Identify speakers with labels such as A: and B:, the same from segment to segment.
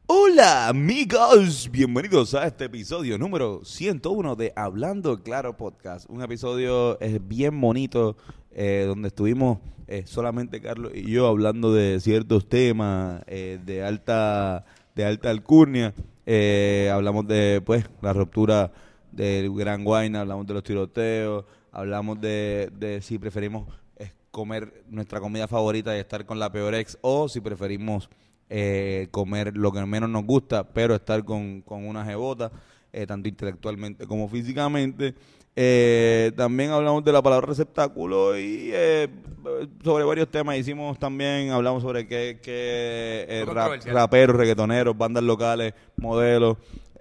A: Hola amigos, bienvenidos a este episodio número 101 de Hablando Claro Podcast. Un episodio bien bonito donde estuvimos solamente Carlos y yo hablando de ciertos temas de alta alcurnia. Hablamos de la ruptura del Gran Guayna, hablamos de los tiroteos, hablamos de si preferimos comer nuestra comida favorita y estar con la peor ex, o si preferimos comer lo que menos nos gusta, pero estar con una jebota, tanto intelectualmente como físicamente. También hablamos de la palabra receptáculo y sobre varios temas. Hablamos sobre qué raperos, reggaetoneros, bandas locales, modelos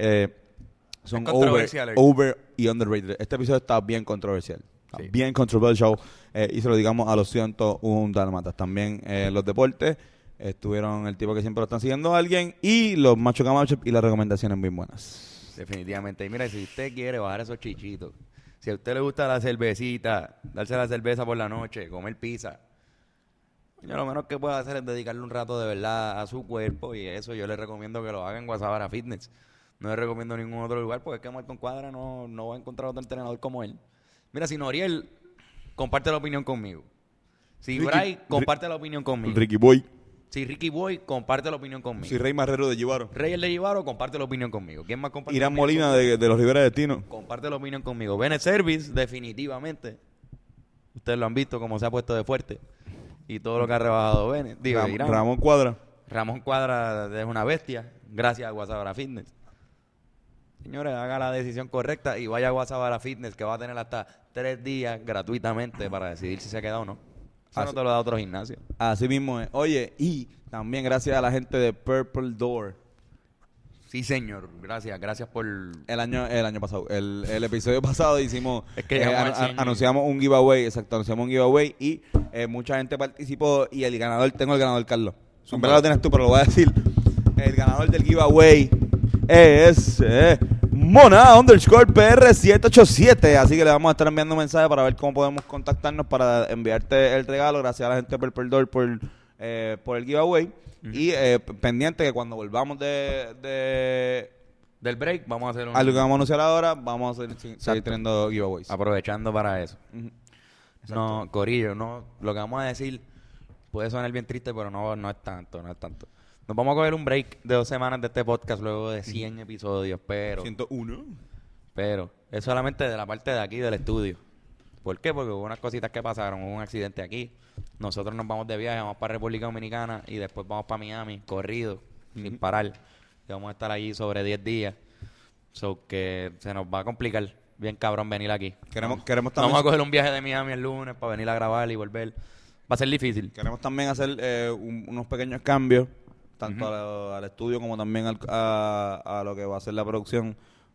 A: son over y underrated. Este episodio está bien controversial. Sí. Bien controversial, y se lo digamos a los 101 dálmatas. También los deportes. Estuvieron el tipo que siempre lo están siguiendo a alguien y los macho camachos y las recomendaciones bien buenas.
B: Definitivamente. Y mira, si usted quiere bajar esos chichitos, si a usted le gusta la cervecita, darse la cerveza por la noche, comer pizza, lo menos que puede hacer es dedicarle un rato de verdad a su cuerpo, y eso yo le recomiendo que lo haga en Guasabara Fitness. No le recomiendo ningún otro lugar porque es que Marco Cuadra no va a encontrar otro entrenador como él. Mira, si Noriel comparte la opinión conmigo. Si Bray comparte la opinión conmigo.
A: Ricky Boy.
B: Si Ricky Boy comparte la opinión conmigo.
A: Si Rey Marrero de Givaro.
B: Rey el de Givaro comparte la opinión conmigo. ¿Quién más comparte?
A: Irán Molina de los Rivera Destino.
B: Comparte la opinión conmigo. Bennett Service, definitivamente. Ustedes lo han visto cómo se ha puesto de fuerte. Y todo lo que ha rebajado Bennett.
A: Ramón Cuadra.
B: Ramón Cuadra es una bestia. Gracias a Guasabara Fitness. Señores, haga la decisión correcta y vaya a Guasabara Fitness, que va a tener hasta 3 días gratuitamente para decidir si se queda o no. Eso no te lo da otro gimnasio.
A: Así mismo es. Oye, y también gracias a la gente de Purple Door.
B: Sí, señor. Gracias por...
A: El año pasado. El episodio pasado hicimos...
B: Es que
A: anunciamos un giveaway. Exacto, anunciamos un giveaway y mucha gente participó y tengo el ganador, Carlos. En verdad lo tienes tú, pero lo voy a decir. El ganador del giveaway es... Mona_PR787, así que le vamos a estar enviando un mensaje para ver cómo podemos contactarnos para enviarte el regalo. Gracias a la gente de Purple Door por el giveaway. Y pendiente que cuando volvamos del
B: break vamos a hacer
A: algo que vamos a anunciar ahora, vamos a seguir teniendo giveaways.
B: Aprovechando para eso. No, Corillo, no, lo que vamos a decir puede sonar bien triste, pero no es tanto. Nos vamos a coger un break de 2 semanas de este podcast luego de 100 episodios, pero...
A: 101.
B: Pero es solamente de la parte de aquí del estudio. ¿Por qué? Porque hubo unas cositas que pasaron. Hubo un accidente aquí. Nosotros nos vamos de viaje, vamos para República Dominicana y después vamos para Miami, corrido, sin parar. Y vamos a estar allí sobre 10 días. So que se nos va a complicar bien cabrón venir aquí.
A: Queremos también...
B: Vamos a coger un viaje de Miami el lunes para venir a grabar y volver. Va a ser difícil.
A: Queremos también hacer unos pequeños cambios, tanto al estudio como también a lo que va a ser la producción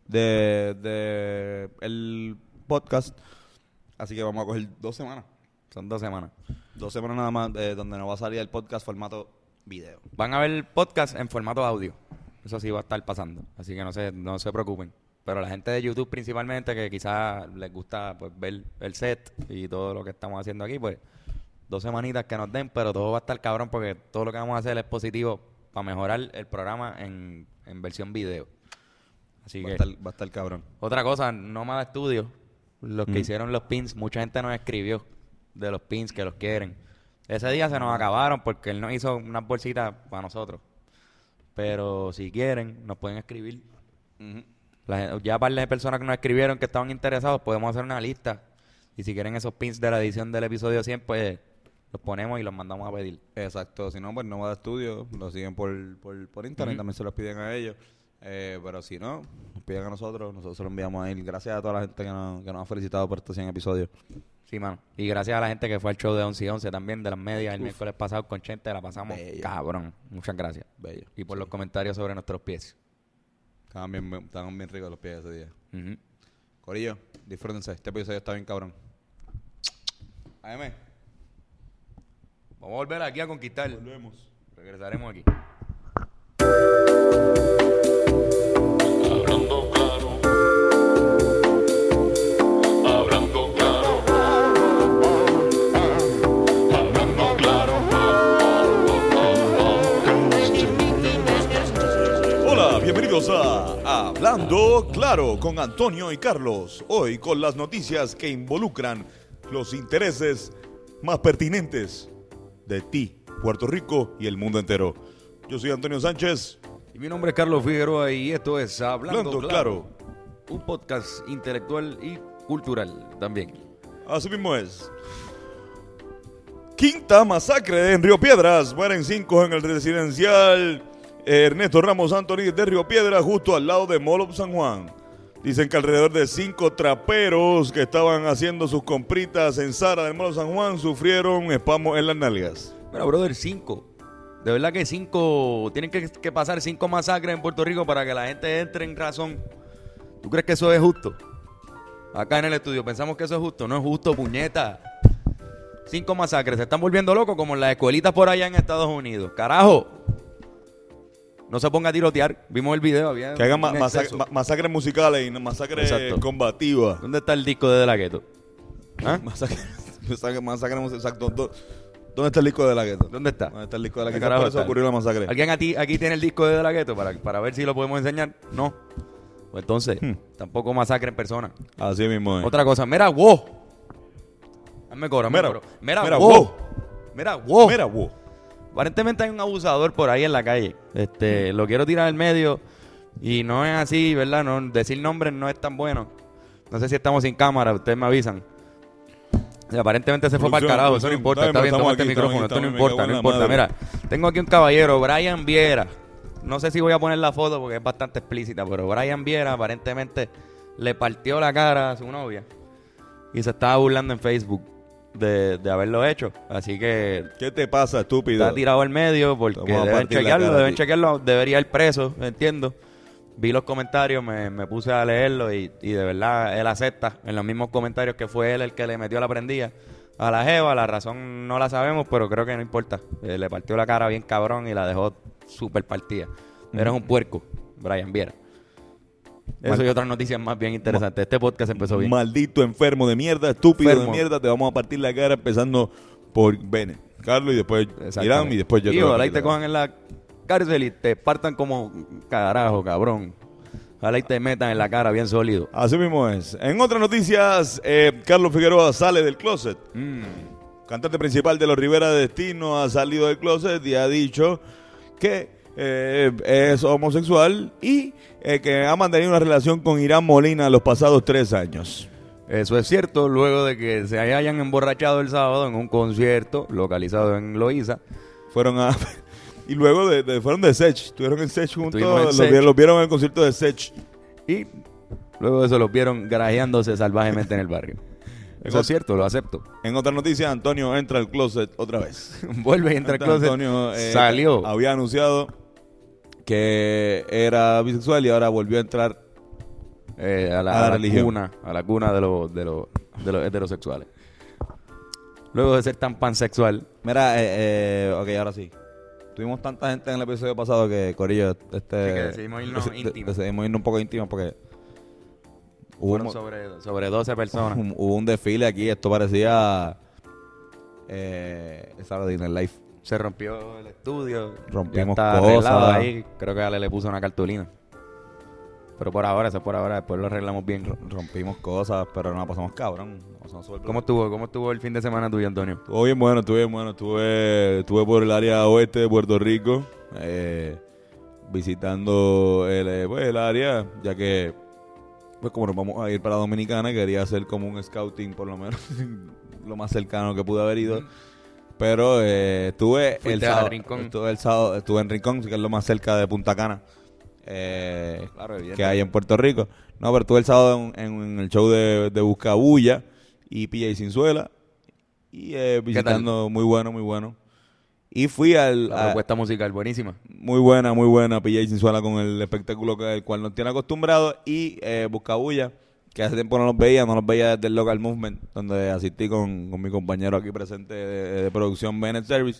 A: de el podcast. Así que vamos a coger 2 semanas.
B: Son 2 semanas.
A: 2 semanas nada más, donde nos va a salir el podcast formato video.
B: Van a ver el podcast en formato audio. Eso sí va a estar pasando. Así que no se preocupen. Pero la gente de YouTube principalmente, que quizás les gusta pues ver el set y todo lo que estamos haciendo aquí, pues 2 semanitas que nos den, pero todo va a estar cabrón porque todo lo que vamos a hacer es positivo para mejorar el programa en versión video. Así que
A: va a estar cabrón.
B: Otra cosa, Nómada Studio, los que hicieron los pins, mucha gente nos escribió de los pins que los quieren. Ese día se nos acabaron porque él nos hizo unas bolsitas para nosotros. Pero si quieren, nos pueden escribir. Ya par de personas que nos escribieron que estaban interesados, podemos hacer una lista. Y si quieren esos pins de la edición del episodio 100, pues los ponemos y los mandamos a pedir.
A: Exacto. Si no, pues Nómada Studio, lo siguen por internet, también se los piden a ellos. Pero si no, nos piden a nosotros se lo enviamos a él. Gracias a toda la gente que nos ha felicitado por estos 100 episodios.
B: Sí, mano. Y gracias a la gente que fue al show de 11 y 11 también, de las medias, el miércoles pasado con Chente, la pasamos cabrón. Muchas gracias.
A: Bello.
B: Y por los comentarios sobre nuestros pies.
A: Estaban bien ricos los pies ese día. Corillo, disfrútense. Este episodio está bien cabrón. AM.
B: Vamos a volver aquí a conquistar.
A: Volvemos.
B: Regresaremos aquí.
C: Hablando claro. Hablando claro. Hablando claro.
A: Bienvenidos a Hablando Claro con Antonio y Carlos. Hoy con las noticias que involucran los intereses más pertinentes de ti, Puerto Rico y el mundo entero. Yo soy Antonio Sánchez.
B: Y mi nombre es Carlos Figueroa y esto es Hablando
A: Hablando
B: Claro. Un podcast intelectual y cultural también.
A: Así mismo es. Quinta masacre en Río Piedras. Mueren 5 en el residencial Ernesto Ramos Anthony de Río Piedras, justo al lado de Mall of San Juan. Dicen que alrededor de 5 traperos que estaban haciendo sus compritas en Zara del Mall of San Juan sufrieron espasmos en las nalgas.
B: Bueno, brother, 5. De verdad que 5. Tienen que pasar 5 masacres en Puerto Rico para que la gente entre en razón. ¿Tú crees que eso es justo? Acá en el estudio pensamos que eso es justo. No es justo, puñeta. 5 masacres. Se están volviendo locos como en las escuelitas por allá en Estados Unidos. ¡Carajo! No se ponga a tirotear. Vimos el video. Había
A: Que hagan
B: un exceso.
A: masacres musicales y no masacres
B: Exacto.
A: combativas.
B: ¿Dónde está el disco de De La Ghetto? ¿Ah?
A: Masacre exacto. ¿Dónde está el disco de la gueto?
B: ¿Dónde está?
A: ¿Dónde está el disco de la
B: ¿Qué
A: gueto?
B: carajo
A: Por eso
B: está?
A: ocurrió la masacre.
B: ¿Alguien aquí tiene el disco de De La Ghetto para ver si lo podemos enseñar? No. Pues entonces, tampoco masacre en persona.
A: Así mismo es.
B: Otra cosa, mira, wow. Hazme coro, hazme
A: Mira,
B: coro. Mira,
A: mira,
B: wow.
A: wow.
B: Mira, wow.
A: Mira, wow.
B: Aparentemente hay un abusador por ahí en la calle. Lo quiero tirar al medio y no es así, ¿verdad? No, decir nombres no es tan bueno. No sé si estamos sin cámara, ustedes me avisan. Y aparentemente se fue para el
A: Producción,
B: carajo, eso no importa. Está bien, toma este micrófono, esto no importa, no importa. Mira, tengo aquí un caballero, Brian Viera. No sé si voy a poner la foto porque es bastante explícita, pero Brian Viera aparentemente le partió la cara a su novia y se estaba burlando en Facebook de haberlo hecho. Así que
A: ¿Qué te pasa, estúpido?
B: está tirado al medio porque
A: Vamos a
B: deben
A: partir la cara a ti.
B: chequearlo, debería ir preso, entiendo. Vi los comentarios, me puse a leerlo y de verdad él acepta en los mismos comentarios que fue él el que le metió la prendida a la jeva. La razón no la sabemos, pero creo que no importa. Le partió la cara bien cabrón y la dejó súper partida. Eres un puerco, Brian Viera. Eso y otras noticias más bien interesantes. Este podcast empezó bien.
A: Maldito enfermo de mierda, estúpido
B: Enfermo.
A: de mierda. Te vamos a partir la cara empezando por Bennett, Carlos y después
B: Exactamente.
A: Irán y después yo.
B: Y
A: te voy a
B: ojalá y
A: partir
B: te
A: la
B: cojan en la cárcel y te partan como carajo, cabrón. Ojalá y te metan en la cara bien sólido.
A: cara. Así mismo es. En otras noticias, Carlos Figueroa sale del closet. Cantante principal de Los Rivera Destino ha salido del closet y ha dicho que es homosexual y que ha mantenido una relación con Irán Molina los pasados 3 años.
B: Eso es cierto, luego de que se hayan emborrachado el sábado en un concierto localizado en Loíza.
A: Fueron a... Y luego fueron de Sech. Estuvieron en Sech juntos.
B: Estuvimos en
A: Los
B: Sech.
A: vieron, los vieron en el concierto de Sech.
B: Y luego de eso los vieron garajeándose salvajemente en el barrio. Eso es cierto, lo acepto.
A: En otra noticia, Antonio entra al closet otra vez.
B: Vuelve y entra al closet.
A: Antonio
B: Salió.
A: había anunciado que era bisexual y ahora volvió a entrar
B: A
A: a la religión.
B: la cuna de los heterosexuales. Luego de ser tan pansexual.
A: Mira, ok, ahora sí. Tuvimos tanta gente en el episodio pasado que, Corillo,
B: que decidimos irnos íntimos.
A: decidimos irnos un poco íntimos porque
B: Fueron
A: hubo,
B: sobre 12 personas.
A: hubo un desfile aquí. Esto parecía Saturday Night Live.
B: Se rompió el estudio.
A: Rompimos
B: ya está
A: cosas.
B: arreglado ahí. Creo que Ale le puso una cartulina. Pero por ahora, eso es por ahora. Después lo arreglamos bien.
A: Rompimos cosas, pero nos la pasamos cabrón. Nos pasamos súper
B: ¿Cómo estuvo el fin de semana tuyo, Antonio?
A: Estuvo bien bueno, estuve bien bueno. Estuve por el área oeste de Puerto Rico, visitando el área, ya que, pues como nos vamos a ir para Dominicana, quería hacer como un scouting, por lo menos, lo más cercano que pude haber ido. Pero estuve
B: Fuiste
A: el
B: al
A: sábado,
B: Rincón.
A: estuve en Rincón, que es lo más cerca de Punta Cana.
B: Claro, evidente.
A: Que hay en Puerto Rico. No, pero estuve el sábado en el show de Buscabulla y PJ Sinzuela y visitando, muy bueno. Y fui
B: La propuesta musical, buenísima.
A: muy buena PJ Sinzuela con el espectáculo el cual nos tiene acostumbrados y Buscabulla, que hace tiempo no los veía desde el Local Movement, donde asistí con mi compañero aquí presente de producción Bennett Service.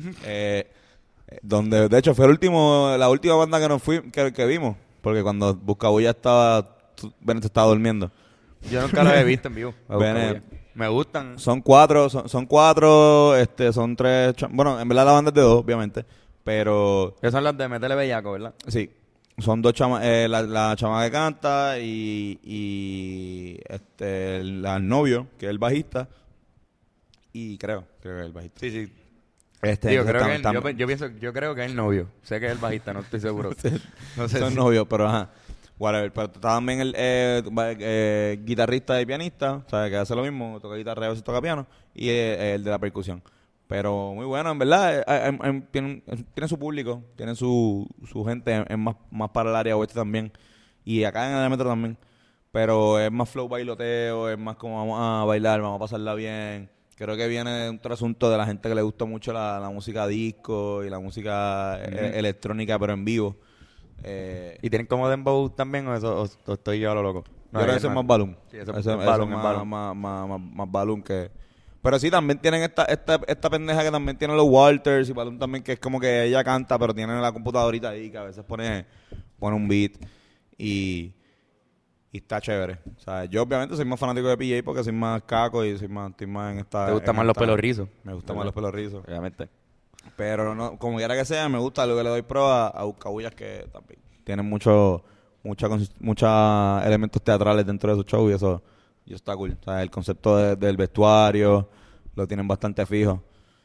A: Donde de hecho fue la última banda que vimos, porque cuando Buscabulla Bennett estaba durmiendo.
B: Yo nunca lo he visto en vivo.
A: Bennett.
B: Me gustan.
A: Son cuatro, son tres, bueno, en verdad la banda es de 2, obviamente, pero
B: Que son las de meterle bellaco, ¿verdad?
A: sí, son dos chamas, la chama que canta y el novio, que es el bajista, y creo que es el bajista.
B: Sí, sí.
A: Digo,
B: creo que yo creo que es el novio. Sé que es el bajista, no estoy seguro. No sé
A: son
B: si-
A: novios, pero ajá. Whatever. Pero está también el guitarrista y pianista, ¿sabes? Que hace lo mismo, toca guitarra y a veces toca piano, y el de la percusión. Pero muy bueno, en verdad, tiene su público, tiene su gente, es más para el área oeste también, y acá en el metro también. Pero es más flow bailoteo, es más como vamos a bailar, vamos a pasarla bien. Creo que viene de un trasunto de la gente que le gusta mucho la música disco y la música electrónica, pero en vivo.
B: ¿Y tienen como dembow también o eso o estoy yo a lo loco?
A: Yo creo que ese es más balloon.
B: Sí, eso
A: Ese
B: es balloon, es
A: más,
B: balloon.
A: más balloon que... Pero sí, también tienen esta pendeja que también tiene los Walters y Balloon también, que es como que ella canta, pero tiene la computadorita ahí, que a veces pone un beat y está chévere. O sea, yo obviamente soy más fanático de PJ porque soy más caco y estoy más en esta...
B: ¿Te gustan
A: en
B: más los
A: esta-
B: pelos rizos?
A: Me gustan más los pelos rizos.
B: Obviamente.
A: Pero no, como quiera que sea, me gusta lo que le doy prueba a Buscabullas, que también tienen muchos elementos teatrales dentro de su show y eso está cool. O sea, el concepto del vestuario lo tienen bastante fijo.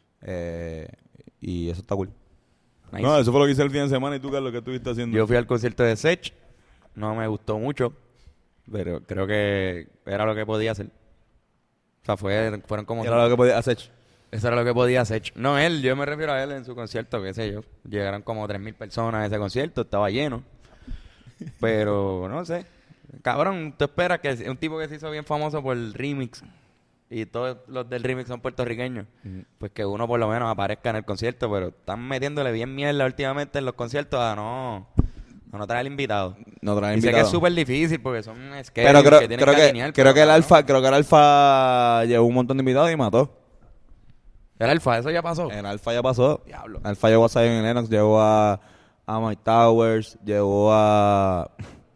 A: Y eso está cool.
B: Nice.
A: No, eso fue lo que hice el fin de semana. ¿Y tú, Carlos, qué estuviste haciendo?
B: Yo fui al concierto de Sech. No me gustó mucho, pero creo que era lo que podía hacer. O sea, fueron como...
A: Era lo que podía hacer.
B: Eso era lo que podía hacer. No, yo me refiero a él en su concierto, qué sé yo. Llegaron como 3,000 personas a ese concierto, estaba lleno. Pero, no sé. Cabrón, tú esperas que un tipo que se hizo bien famoso por el remix, y todos los del remix son puertorriqueños, pues que uno por lo menos aparezca en el concierto, pero están metiéndole bien mierda últimamente en los conciertos a no traer invitado.
A: No trae
B: Y sé que
A: invitado.
B: es súper difícil porque son sketches
A: Pero
B: que tienen que alinear,
A: creo
B: pero,
A: que el
B: cabrón.
A: Alfa llevó un montón de invitados y mató.
B: El Alfa, eso ya pasó.
A: El Alfa ya pasó.
B: Diablo.
A: El Alfa llevó a Zion Lennox, llevó a Mike Towers, llevó a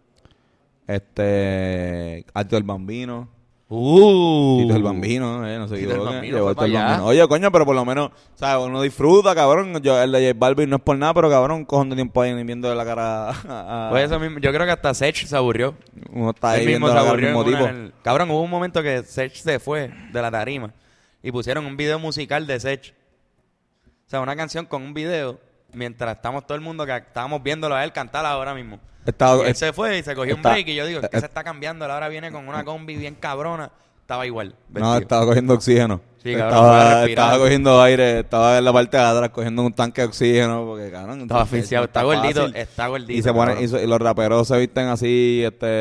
A: Alto el Bambino. Tito el Bambino, no sé qué.
B: Tito el Bambino
A: Llevó
B: fue
A: Alto el
B: para allá.
A: Bambino. Oye, coño, pero por lo menos, ¿sabes? Uno disfruta, cabrón. El de J Balvin no es por nada, pero cabrón, un cojón de tiempo ahí viendo la cara
B: Pues eso mismo, yo creo que hasta Sech se aburrió.
A: uno está ahí
B: Él
A: viendo
B: mismo
A: la
B: se
A: cara del
B: aburrió
A: mismo
B: en
A: tipo.
B: una Cabrón, hubo un momento que Sech se fue de la tarima y pusieron un video musical de Sech. O sea, una canción con un video mientras estamos todo el mundo que estábamos viéndolo a él cantar ahora mismo. Y él se fue y se cogió un break y yo digo, es que se está cambiando, él ahora viene con una combi bien cabrona. Estaba igual.
A: No,
B: vestido.
A: estaba cogiendo oxígeno.
B: Sí, cabrón, fue a respirar.
A: Estaba cogiendo aire, estaba en la parte de atrás cogiendo un tanque de oxígeno, porque cabrón,
B: Estaba asfixiado, está gordito,
A: fácil.
B: está gordito.
A: Y se pone,
B: cabrón.
A: y los raperos se visten así,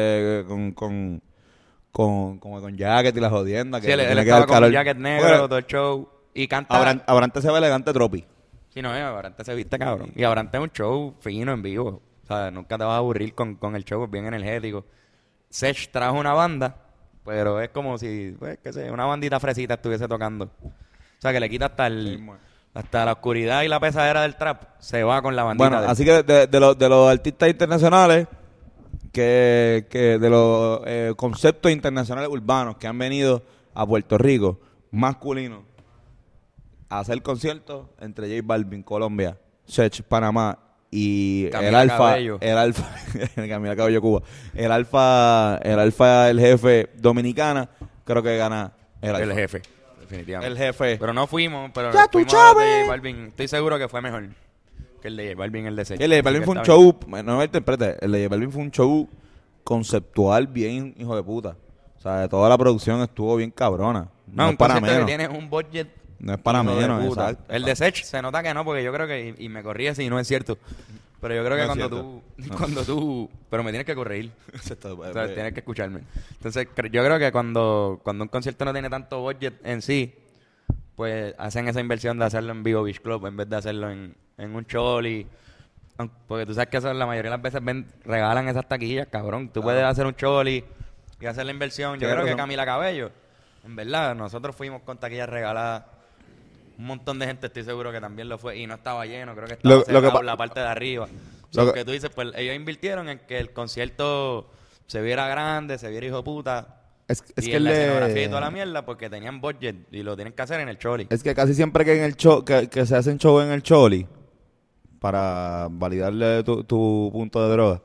A: como con jacket y la jodienda.
B: Sí,
A: Que
B: él
A: le tiene que
B: estaba
A: dar
B: con
A: calor.
B: un jacket negro,
A: Bueno,
B: todo el show. Y canta.
A: Abrante se ve elegante tropi.
B: Sí, no, Abrante se viste cabrón. Y Abrante es un show fino en vivo. O sea, nunca te vas a aburrir con el show, es bien energético. Sech trajo una banda, pero es como si, pues, qué sé, una bandita fresita estuviese tocando. O sea, que le quita hasta la oscuridad y la pesadera del trap, se va con la bandita.
A: Bueno, así que de los artistas internacionales, que de los conceptos internacionales urbanos que han venido a Puerto Rico, masculinos, a hacer conciertos entre J Balvin, Colombia, Sech, Panamá y
B: Camila Cabello.
A: Camila Cabello, Cuba, el Alfa, el jefe dominicana, creo que gana el Alfa.
B: El jefe, definitivamente.
A: El jefe.
B: Pero no fuimos, pero
A: Ya tú
B: fuimos a los de
A: sabes.
B: J Balvin. Estoy seguro que fue mejor que el de J Balvin, el de Sech.
A: El de J Balvin
B: Así
A: fue
B: que
A: un
B: está
A: show, no me interprete, el de J Balvin fue un show conceptual bien hijo de puta. O sea, toda la producción estuvo bien cabrona.
B: No,
A: No,
B: un
A: es para
B: concierto que
A: menos.
B: tiene un budget.
A: No es para
B: hijo de
A: menos,
B: puta.
A: exacto.
B: El de Sech se nota que no, porque yo creo que, y me corrí si no es cierto. Pero yo creo que
A: No es
B: cuando
A: cierto.
B: tú, pero me tienes que corregir. O
A: Pues,
B: sea, tienes que escucharme. Entonces, yo creo que cuando un concierto no tiene tanto budget en sí, pues hacen esa inversión de hacerlo en Vivo Beach Club en vez de hacerlo en un choli. Porque tú sabes que eso la mayoría de las veces regalan esas taquillas, cabrón. Tú puedes hacer un choli y hacer la inversión. Yo
A: Tienes
B: creo que
A: razón.
B: Camila Cabello, en verdad, nosotros fuimos con taquillas regaladas. Un montón de gente estoy seguro que también lo fue y no estaba lleno, creo que estaba
A: Lo que
B: cerrado
A: pa-
B: la parte de arriba.
A: Lo
B: Lo
A: que-
B: que tú dices, pues ellos invirtieron en que el concierto se viera grande, se viera hijo de puta.
A: Es
B: Y
A: que
B: en la
A: el de-
B: escenografía y toda la mierda porque tenían budget y lo tienen que hacer en el Choli.
A: Es que casi siempre que en el show, que se hacen show en el Choli, para validarle tu punto de droga.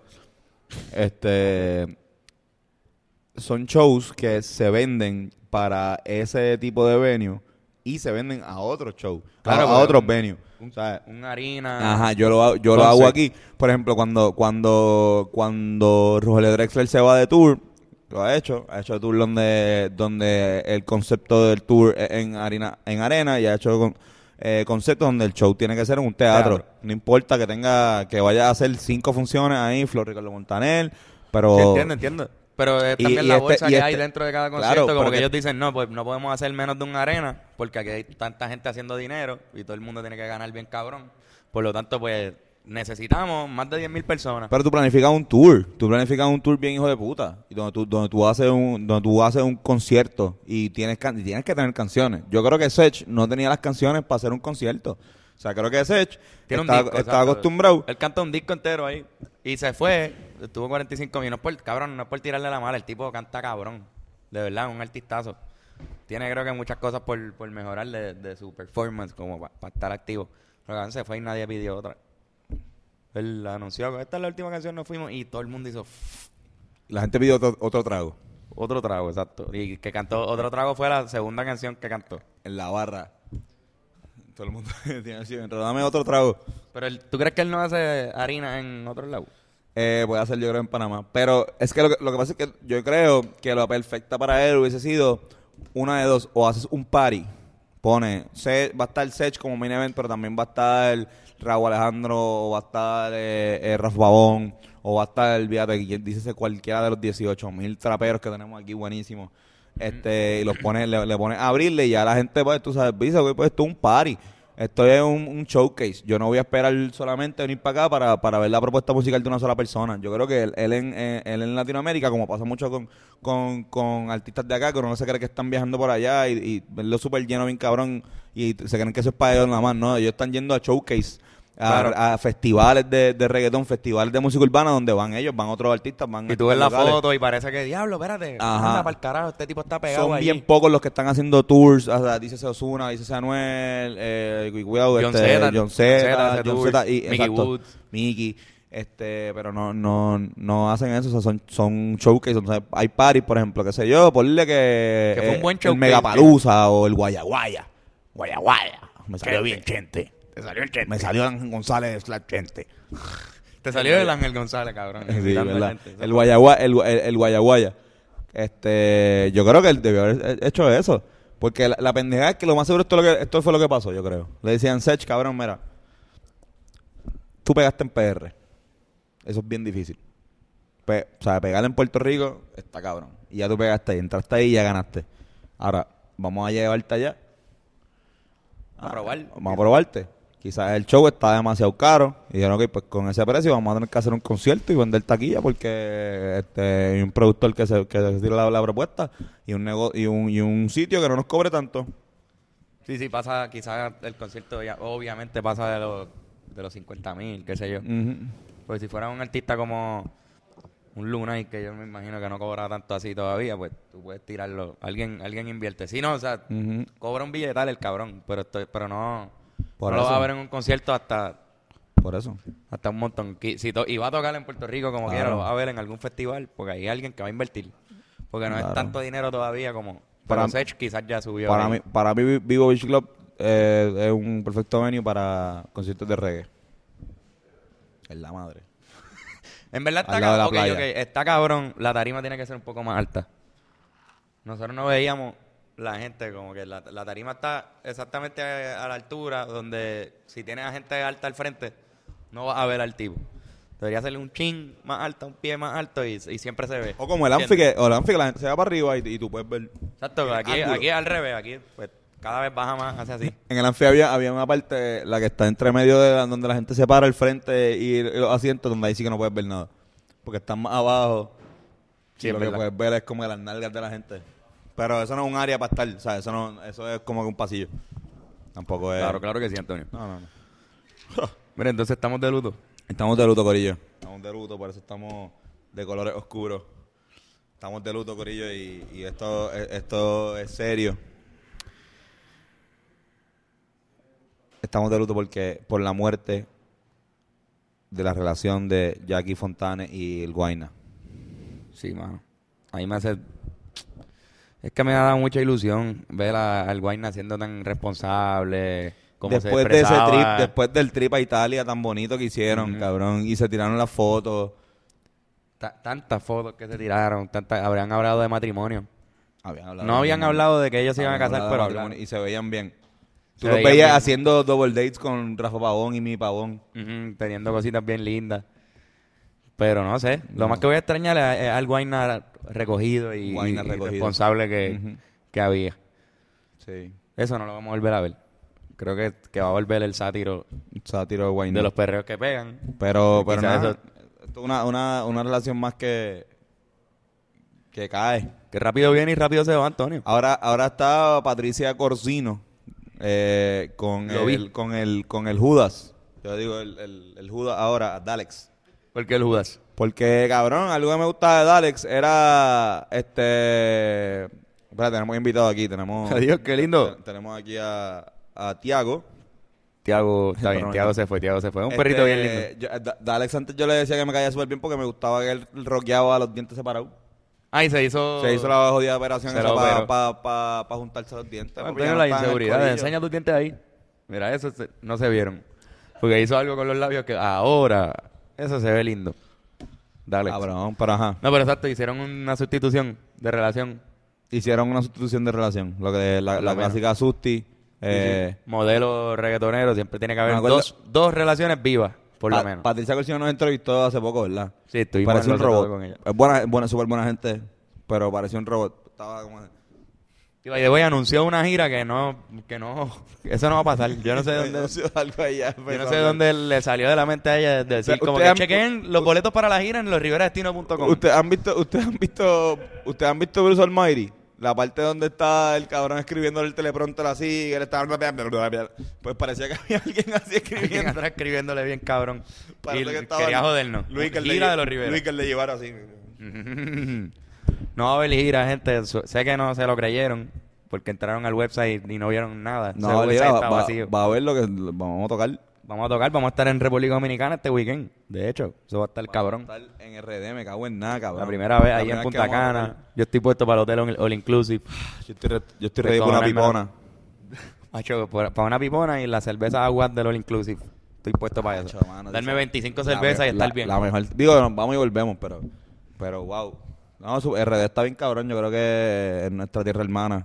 A: Son shows que se venden para ese tipo de venue y se venden a otros shows,
B: Claro,
A: a
B: porque
A: otros venues.
B: Un,
A: O sea,
B: un harina.
A: ajá, yo lo hago aquí. Por ejemplo, cuando Rogelio Drexler se va de tour, lo ha hecho tour donde el concepto del tour es en arena y ha hecho conceptos donde el show tiene que ser en un teatro. No importa que vaya a hacer 5 funciones ahí, Flor Ricardo Montaner, pero
B: Sí, entiendo. Pero es también la bolsa que hay dentro de cada concierto,
A: claro,
B: como que ellos dicen, no, pues no podemos hacer menos de una arena, porque aquí hay tanta gente haciendo dinero y todo el mundo tiene que ganar bien cabrón. Por lo tanto, pues necesitamos más de 10,000 personas.
A: Pero tú planificas un tour bien hijo de puta, y donde tú haces un concierto y tienes que tener canciones. Yo creo que Sech no tenía las canciones para hacer un concierto. O sea, creo que Sech
B: Tiene un
A: está
B: disco,
A: acostumbrado.
B: Él canta un disco entero ahí y se fue, estuvo 45 minutos. Cabrón, no es por tirarle la mala, el tipo canta cabrón. De verdad, un artistazo. Tiene creo que muchas cosas por mejorar de su performance, como para estar activo. Pero cabrón, se fue y nadie pidió otra. Él anunció que esta es la última canción, nos fuimos y todo el mundo hizo
A: La gente pidió otro trago
B: otro trago, exacto. Y que cantó otro trago fue la segunda canción que cantó.
A: en la barra. Todo el mundo tiene así, dame otro trago.
B: Pero ¿tú crees que él no hace harina en otro lado?
A: Puede hacer yo creo en Panamá. Pero es que lo que pasa es que yo creo que lo perfecta para él hubiese sido una de dos. O haces un party, va a estar Sech como main event, pero también va a estar Raúl Alejandro, o va a estar Rafa Babón, o va a estar, dícese cualquiera de los 18,000 traperos que tenemos aquí, buenísimos. Y los le pone a abrirle y ya la gente, pues, tú sabes, dice, pues esto es un party. Esto es un showcase. Yo no voy a esperar solamente venir para acá para ver la propuesta musical de una sola persona. Yo creo que él en Latinoamérica, como pasa mucho con artistas de acá, que uno no se cree que están viajando por allá y verlo súper lleno, bien cabrón, y se creen que eso es para ellos nada más. No, ellos están yendo a showcase,
B: Claro.
A: a festivales de reggaetón, festivales de música urbana, donde van ellos, van otros artistas, van
B: Y tú ves la
A: locales.
B: foto y parece que, diablo, espérate,
A: Ajá.
B: anda pa'l carajo, este tipo está pegado
A: Son
B: ahí.
A: bien pocos los que están haciendo tours, o sea, dice Ozuna, dice Anuel, cuidado,
B: John Z,
A: John Z,
B: hace
A: John
B: tours,
A: Z, y
B: Mickey
A: exacto,
B: Woods.
A: Mickey, pero no hacen eso, o sea, son showcase, entonces hay parties, por ejemplo, qué sé yo, ponle que
B: fue un buen
A: el
B: showcase,
A: Megapalusa o el Guayaguaya, me salió
B: Chente.
A: bien Chente,
B: Te salió el Chente.
A: me salió Ángel González / Chente.
B: Te salió el Ángel González, cabrón.
A: Sí,
B: imitando
A: ¿verdad?
B: gente.
A: El Guayaguaya. Yo creo que él debió haber hecho eso. Porque la pendejada es que lo más seguro esto fue lo que pasó, yo creo. Le decían, Sech, cabrón, mira, tú pegaste en PR. Eso es bien difícil. O sea, pegar en Puerto Rico está cabrón. Y ya tú pegaste ahí, entraste ahí y ya ganaste. Ahora, vamos a llevarte allá.
B: A probar.
A: Vamos a probarte. Quizás el show está demasiado caro. Y dijeron, ok, pues con ese precio vamos a tener que hacer un concierto y vender taquilla porque hay un productor que se tira la propuesta y un sitio que no nos cobre tanto.
B: Sí, pasa, quizás el concierto ya, obviamente pasa de los 50,000, qué sé yo. Porque si fuera un artista como un Lunay, que yo me imagino que no cobra tanto así todavía, pues tú puedes tirarlo. Alguien invierte. Si no, o sea, cobra un billetal el cabrón, pero no...
A: Por
B: no lo
A: eso.
B: va a ver en un concierto hasta
A: Por eso.
B: un montón. Y va a tocar en Puerto Rico como
A: Claro.
B: quiera, lo va a ver en algún festival, porque hay alguien que va a invertir. Porque no
A: Claro.
B: es tanto dinero todavía como...
A: Para-
B: Pero Sech quizás ya subió.
A: Para mí Vivo Beach Club es un perfecto venue para conciertos de reggae. Es la madre.
B: En verdad está
A: Al lado de la
B: cabrón.
A: playa.
B: Está cabrón. La tarima tiene que ser un poco más alta. Nosotros no veíamos la gente como que la tarima está exactamente a la altura donde si tienes a gente alta al frente no vas a ver al tipo. Debería hacerle un chin más alto, un pie más alto y siempre se ve.
A: O como el Anfi, que la gente se va para arriba y tú puedes ver.
B: Exacto, aquí
A: ángulo.
B: es al revés. Aquí pues cada vez baja más, hace así.
A: En el Anfi había una parte, la que está entre medio de donde la gente se para el frente y los asientos, donde ahí sí que no puedes ver nada. Porque están más abajo.
B: Sí,
A: Y
B: es
A: lo que
B: verdad.
A: puedes ver es como las nalgas de la gente. Pero eso no es un área para estar, ¿sabes? Eso es como que un pasillo. Tampoco es...
B: Claro que sí, Antonio.
A: No.
B: Mira, entonces estamos de luto.
A: Estamos de luto, Corillo. Estamos de luto, por eso estamos de colores oscuros. Estamos de luto, Corillo, y esto es serio. Estamos de luto por la muerte de la relación de Jackie Fontane y el Guayna.
B: Sí, mano. Ahí me hace... Es que me ha dado mucha ilusión ver al Guayna siendo tan responsable, como se
A: Después de ese
B: expresaba.
A: trip, después del trip a Italia tan bonito que hicieron, cabrón, y se tiraron las fotos.
B: Tantas fotos que se tiraron, habrían hablado de matrimonio.
A: Habían
B: No habían hablado de que ellos se iban a
A: habían
B: casar,
A: hablado
B: pero
A: de matrimonio
B: hablaron.
A: y se veían bien.
B: Se
A: Tú los
B: veían
A: veías
B: bien.
A: haciendo double dates con Rafa Pavón y mi Pavón.
B: Teniendo cositas bien lindas. Pero no sé, lo más que voy a extrañar es al Guayna recogido y
A: Guayna recogido.
B: responsable que había.
A: Sí.
B: Eso no lo vamos a volver a ver. Creo que va a volver el sátiro
A: Sátiro de Guayna.
B: de los perreos que pegan.
A: Pero
B: Quizás
A: nada,
B: eso-
A: esto es una relación más que cae.
B: Que rápido viene y rápido se va, Antonio.
A: Ahora está Patricia Corsino
B: Lo vi.
A: con el Judas. Yo digo el Judas ahora, Dalex.
B: ¿Por qué el Judas?
A: Porque, cabrón, algo que me gustaba de Dalex era Espera, tenemos invitado aquí.
B: Adiós, qué lindo.
A: Tenemos aquí a Tiago.
B: Tiago, está bien,
A: Perdón,
B: Tiago se fue. Es un perrito bien lindo.
A: Dalex antes yo le decía que me caía súper bien porque me gustaba que él rockeaba a los dientes separados.
B: Ah, y se hizo...
A: Se hizo la jodida operación
B: Se lo operó.
A: para juntarse los dientes.
B: Bueno,
A: porque
B: Antonio,
A: ya no
B: la
A: estaban en el
B: inseguridad.
A: corillo.
B: Enseña tus dientes ahí. Mira, eso no se vieron. Porque hizo algo con los labios que ahora... Eso se ve lindo. Dale.
A: Cabrón, pero ajá.
B: No, pero exacto, hicieron una sustitución de relación.
A: Hicieron una sustitución de relación. Lo que la
B: menos.
A: clásica Susti.
B: Modelo reggaetonero, siempre tiene que haber
A: Me acuerdo-
B: dos relaciones vivas, por lo menos.
A: Patricia Corsino nos entrevistó hace poco, ¿verdad?
B: Sí, estuvimos
A: Parecía un
B: nosotros
A: robot.
B: con ella.
A: Es buena, súper buena gente, pero parecía un robot. Estaba como...
B: Y by the way, anunció una gira que no, eso no va a pasar. Yo no sé dónde,
A: algo allá,
B: yo no sé dónde le salió de la mente a ella decir
A: Ustedes
B: como que
A: han-
B: chequen los boletos para la gira en losriveradestino.com.
A: ¿Ustedes han visto Bruce Almighty? La parte donde está el cabrón escribiendo el teleprompter así, y él estaba... Pues parecía que había alguien así
B: Alguien
A: escribiendo.
B: atrás escribiéndole bien cabrón.
A: Parece
B: Y
A: que estaba
B: quería jodernos.
A: Luis que
B: Gira de los Rivera.
A: Luis que le llevara así.
B: No va a haber gira, gente. Sé que no se lo creyeron porque entraron al website y no vieron nada. Ese
A: No,
B: website
A: mira,
B: está vacío.
A: va a ver lo que vamos a tocar.
B: Vamos a estar en República Dominicana este weekend. De hecho, eso va a estar cabrón.
A: Estar en RD, me cago en nada, cabrón.
B: La primera vez
A: La
B: ahí
A: primera
B: en
A: vez que
B: Punta
A: vamos a
B: Cana. Yo estoy puesto para el hotel all inclusive.
A: tocar. Yo estoy ready para una pipona.
B: Macho, para una pipona y la cerveza agua del all inclusive. Estoy puesto para eso.
A: Macho, mano,
B: Darme
A: dice-
B: 25 cervezas y estar bien.
A: La mejor. Digo, nos vamos y volvemos, pero wow. No, su RD está bien cabrón. Yo creo que es nuestra tierra hermana.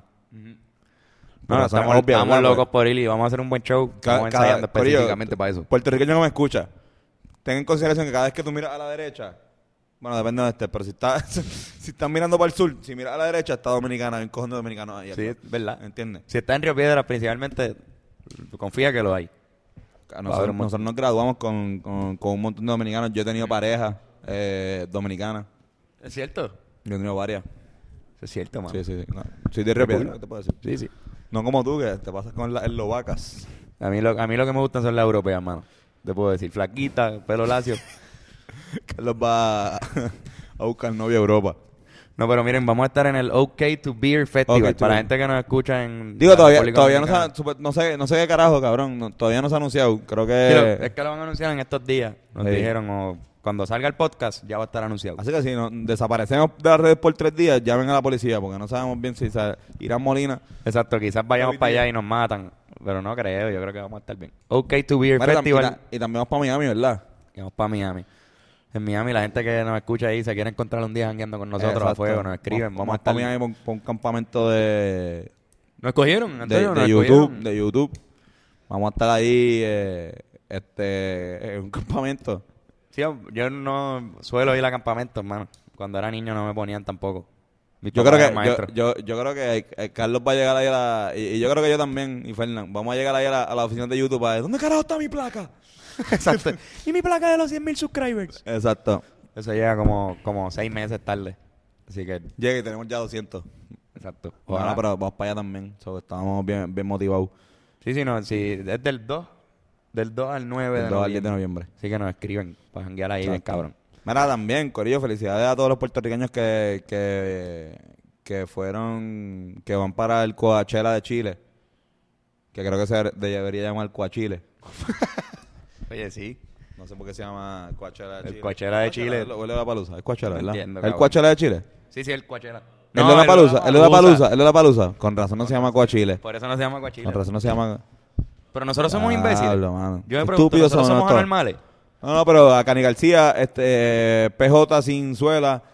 B: No,
A: Por razones
B: estamos
A: obvias,
B: estamos
A: ¿verdad?
B: locos por ir y vamos a hacer un buen show. Estamos ensayando
A: Corillo,
B: específicamente para eso.
A: Puertorriqueño no me escucha. Ten en consideración que cada vez que tú miras a la derecha, bueno, depende de donde estés, pero si estás mirando para el sur, si miras a la derecha, está Dominicana, hay un cojón de dominicanos ahí.
B: Sí, es verdad.
A: ¿Entiendes?
B: Si está en Río Piedras, principalmente, confía que lo hay.
A: Nosotros nos graduamos con un montón de dominicanos. Yo he tenido parejas dominicanas.
B: ¿Es cierto?
A: Yo he tenido varias.
B: Es cierto, mano.
A: Sí. No. Soy de Río
B: Qué
A: Piedras,
B: cool.
A: ¿qué te puedo decir?
B: Sí, sí.
A: No como tú, que te pasas con las eslovacas.
B: A mí lo que me gustan son las europeas, mano. Te puedo decir, flaquita, pelo lacio.
A: Carlos va a buscar novia a Europa.
B: No, pero miren, vamos a estar en el OK to Beer Festival.
A: OK to
B: para la
A: Beer.
B: gente que nos escucha en...
A: Digo,
B: la
A: todavía
B: República
A: no,
B: Dominicana.
A: no sé qué carajo, cabrón. Todavía no se ha anunciado. Creo
B: Sí, es
A: que...
B: que lo van a anunciar en estos días. Nos
A: Sí.
B: dijeron, o cuando salga el podcast, ya va a estar anunciado.
A: Así que si nos desaparecemos de las redes por 3 días, llamen a la policía, porque no sabemos bien si Irán Molina...
B: Exacto, quizás vayamos
A: Hoy
B: para
A: día.
B: allá y nos matan. Pero no creo, yo creo que vamos a estar bien. OK to Beer
A: Mira,
B: Festival.
A: y también vamos para Miami, ¿verdad?
B: Y vamos para Miami. En Miami, la gente que nos escucha ahí se quiere encontrar un día jangueando con nosotros a
A: Exacto.
B: fuego, nos escriben, vamos a estar...
A: para Miami por un campamento de
B: ¿Nos escogieron? Antonio? ¿Nos
A: YouTube,
B: escogieron?
A: de YouTube. Vamos a estar ahí en un campamento.
B: Sí, yo no suelo ir a campamentos, hermano. Cuando era niño no me ponían tampoco. Mis
A: Yo
B: papás
A: creo
B: eran maestros.
A: que yo creo que Carlos va a llegar ahí y yo creo que yo también y Fernán vamos a llegar ahí a la oficina de YouTube para ¿dónde carajo está mi placa?
B: Exacto. Y mi placa de los 100,000 subscribers.
A: Exacto.
B: Eso llega como 6 meses tarde. Así que,
A: Llega y tenemos ya 200.
B: exacto.
A: Bueno,
B: Ojalá.
A: pero vamos para allá también. Estábamos bien motivados.
B: Sí, es del 2 al 9
A: Del
B: de
A: 2 al 10 de
B: noviembre.
A: noviembre.
B: Así que nos escriben para janguear ahí, bien
A: Exacto.
B: cabrón.
A: Mira, también, Corillo, felicidades a todos los puertorriqueños que fueron, que van para el Coachella de Chile. Que creo que se debería llamar Coachile.
B: Oye, sí.
A: No sé por qué se llama Coachella de Chile.
B: El Coachella de Chile.
A: O el Lollapalooza. Es Coachella,
B: No
A: ¿verdad?
B: entiendo,
A: ¿El
B: cabrón.
A: Coachella de Chile?
B: Sí, el Coachella.
A: El Lollapalooza. El Lollapalooza. Con razón no se llama Coachile.
B: Por eso no se llama Coachella.
A: Con razón no se llama...
B: Pero nosotros somos imbéciles.
A: Diablo, mano.
B: Yo me pregunto,
A: Estúpidos
B: ¿nosotros somos
A: todos.
B: anormales?
A: No, pero a Cani García, PJ sin suela,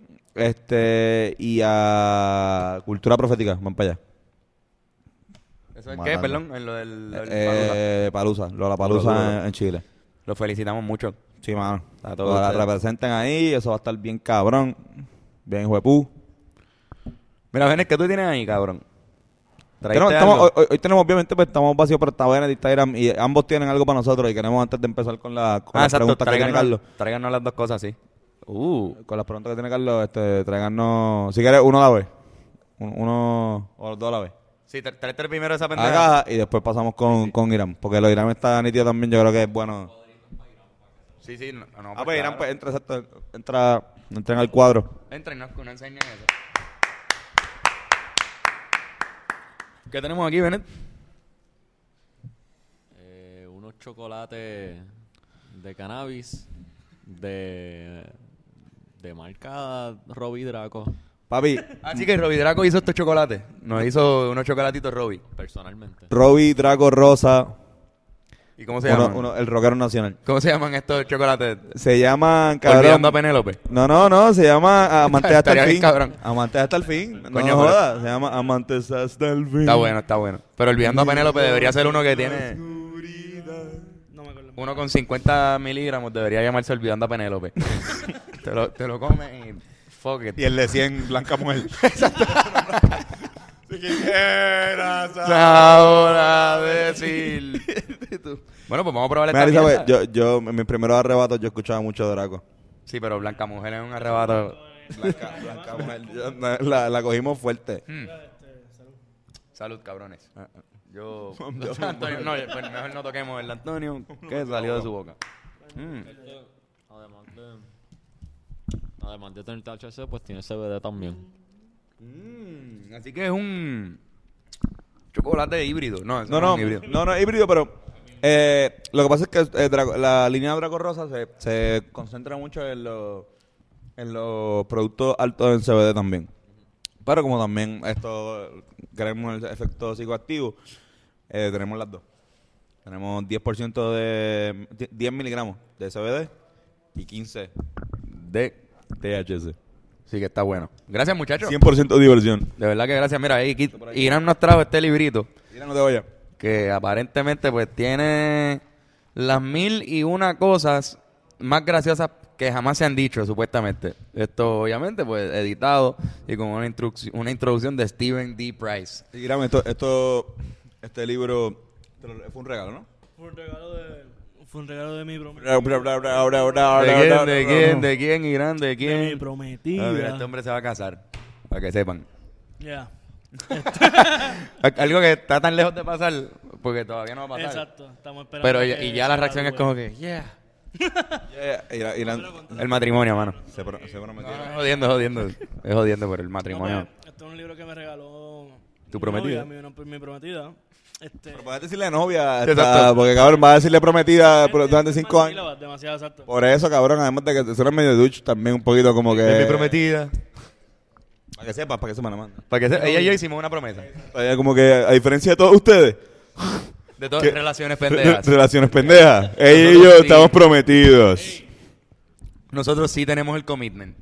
A: y a Cultura Profética, van para allá.
B: ¿Eso es
A: Matando.
B: qué? Perdón, en lo del Palusa.
A: Lollapalooza en Chile.
B: Lo felicitamos mucho.
A: Sí, mano.
B: A todos
A: La
B: ustedes.
A: representen ahí, eso va a estar bien cabrón, bien huepú.
B: Mira, Benes, ¿qué tú tienes ahí, cabrón?
A: Tenemos-
B: ¿Traíste
A: estamos-
B: algo?
A: hoy tenemos, obviamente, pues estamos vacíos, pero está Benet y está Iram, y ambos tienen algo para nosotros y queremos, antes de empezar con las preguntas que tiene Carlos.
B: Tráiganos las dos cosas, sí.
A: Con las preguntas que tiene Carlos, tráiganos, si quieres, uno a la vez. Uno o los dos a la vez.
B: Sí, tráete primero esa
A: A la
B: pendeja.
A: caja y después pasamos con Irán, porque lo de Irán está nítido también, yo creo que es bueno.
B: Sí, no,
A: Pues Irán, pues entra en el cuadro.
B: Entra y nos enseña eso. ¿Qué tenemos aquí, Benet?
D: Unos chocolates de cannabis de marca Robbie Draco,
A: Papi,
B: Así que Robbie Draco hizo estos chocolates. Nos hizo unos chocolatitos Robbie.
D: personalmente.
A: Robbie, Draco, Rosa,
B: ¿Y cómo se llaman?
A: el rockero nacional.
B: ¿Cómo se llaman estos chocolates?
A: Se llaman,
B: Olvidando a
A: cabrón.
B: Penélope.
A: No, se llama Amantes hasta
B: Estaría
A: el
B: bien
A: fin.
B: cabrón.
A: Amantes hasta el fin. No
B: Coño,
A: jodas, se llama Amantes hasta el fin.
B: Está bueno. Pero Olvidando a Penélope debería ser uno que tiene...
E: No me acuerdo.
B: Uno con 50 miligramos debería llamarse Olvidando a Penélope. te lo comes y... Fuck it.
A: Y el de 100, Blanca Mujer. Si quisieras
B: Ahora decir... Bueno, pues vamos a probar esta
A: Mira,
B: mierda.
A: Elizabeth, yo en mis primeros arrebatos yo escuchaba mucho Draco.
B: Sí, pero Blanca Mujer es un arrebato...
A: Blanca Mujer, la cogimos fuerte.
B: Salud, cabrones. Yo... Antonio, no, pues mejor no toquemos el Antonio que salió de su boca.
D: Además de tener THC, pues tiene CBD también.
B: Así que es un... chocolate híbrido. No, es
A: No,
B: un híbrido.
A: es híbrido, pero lo que pasa es que la línea Draco Rosa se concentra mucho en los productos altos en CBD también. Pero como también esto queremos el efecto psicoactivo, tenemos las dos. Tenemos 10% de 10 miligramos de CBD y 15 de THC.
B: Sí que está bueno. Gracias, muchachos.
A: 100% diversión.
B: De verdad que gracias. Mira, ahí Irán nos trajo este librito
A: Mira, no te vayas.
B: que aparentemente pues tiene las 1001 cosas más graciosas que jamás se han dicho, supuestamente. Esto, obviamente, pues editado y con una introducción de Stephen D. Price.
A: Mira, este libro fue un regalo, ¿no?
E: Fue un regalo de mi prometida.
B: ¿De quién, Irán? ¿De
E: De mi
B: quién?
E: prometida.
B: Mira, este hombre se va a casar, para que sepan.
E: Ya.
B: Algo que está tan lejos de pasar, porque todavía no va a pasar.
E: Exacto. Estamos esperando.
B: Pero
E: que
B: y ya la
E: se
B: reacción es
E: gradúe.
B: como que, yeah.
A: Irán
B: El matrimonio, mano.
A: se prometió.
B: Es jodiendo. Es jodiendo por el matrimonio.
E: No, pues, este es un libro que me regaló
B: ¿Tu
E: mi
B: prometida?
E: novia, mi prometida.
A: Pero puedes decirle novia,
B: Exacto.
A: porque cabrón, vas a decirle prometida durante 5 años.
E: Sílabas, demasiado exacto.
A: Por eso, cabrón, además de que suena medio douche, también un poquito como que...
B: Es mi prometida.
A: Para que sepas, nada más.
B: Para que ella y yo hicimos una promesa.
A: Como que, a diferencia de todos ustedes,
B: De todas
A: ¿Qué?
B: relaciones pendejas.
A: relaciones pendejas, ella y yo
B: Nosotros sí.
A: estamos prometidos.
B: Nosotros sí tenemos el commitment.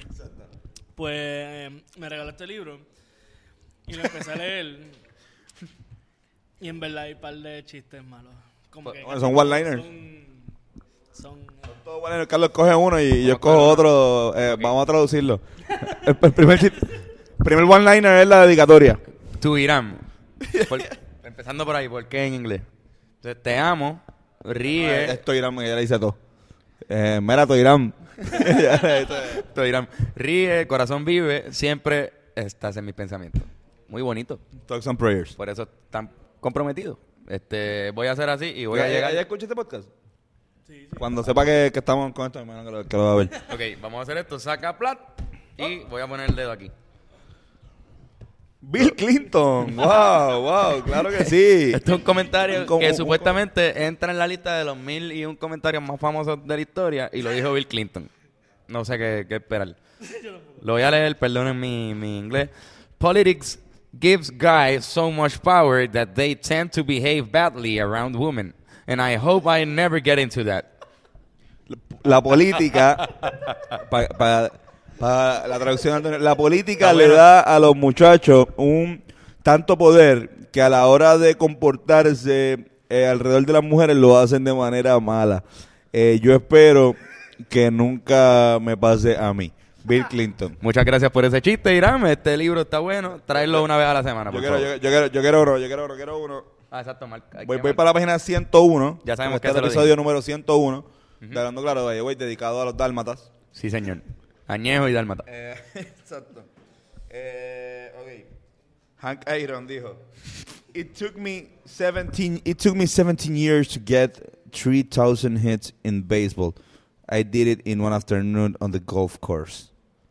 E: Pues me regaló este libro y lo empecé a leer. Y en verdad hay un par de chistes malos. Como que
A: Bueno, son one-liners.
E: Son
A: Todo bueno, Carlos coge uno y yo cojo otro. Vamos a traducirlo. El primer one-liner es la dedicatoria.
B: Tú, Irán. Empezando por ahí, ¿por qué en inglés? Entonces, te amo, ríe.
A: Esto Irán, ya le dice todo. Mira, to Irán.
B: Tú, Irán. Ríe, corazón vive, siempre estás en mis pensamientos. Muy bonito.
A: Talks and prayers.
B: Por eso están comprometidos. Voy a hacer así y voy a llegar.
A: ¿Ya escucha este podcast? Sí. Cuando sepa que estamos con esto, hermano, que lo va a ver.
B: Ok, vamos a hacer esto. Saca plat y voy a poner el dedo aquí.
A: Bill Clinton. Wow, claro que sí.
B: Este es un comentario
A: Como-
B: que
A: un-
B: supuestamente entra en la lista de los 1001 comentarios más famosos de la historia y lo dijo Bill Clinton. No sé qué esperar. Lo voy a leer, perdonen mi inglés. Politics gives guys so much power that they tend to behave badly around women. And I hope I never get into that.
A: La política, para la traducción, Antonio, la política le da a los muchachos un tanto poder que a la hora de comportarse alrededor de las mujeres lo hacen de manera mala. Yo espero que nunca me pase a mí. Bill Clinton.
B: Muchas gracias por ese chiste, Irán. Este libro está bueno. Tráelo una vez a la semana, por favor.
A: Yo quiero uno.
B: Ah, exacto, Marc.
A: Voy para la página 101.
B: Ya sabemos
A: Este
B: que
A: es
B: se
A: el
B: lo
A: episodio
B: dije.
A: número 101. De Hablando Claro, dedicado a los dálmatas.
B: Sí, señor. Añejo y dálmata.
A: Exacto. Ok. Hank Aaron dijo: It took me 17 years to get 3,000 hits in baseball. I did it in one afternoon on the golf course.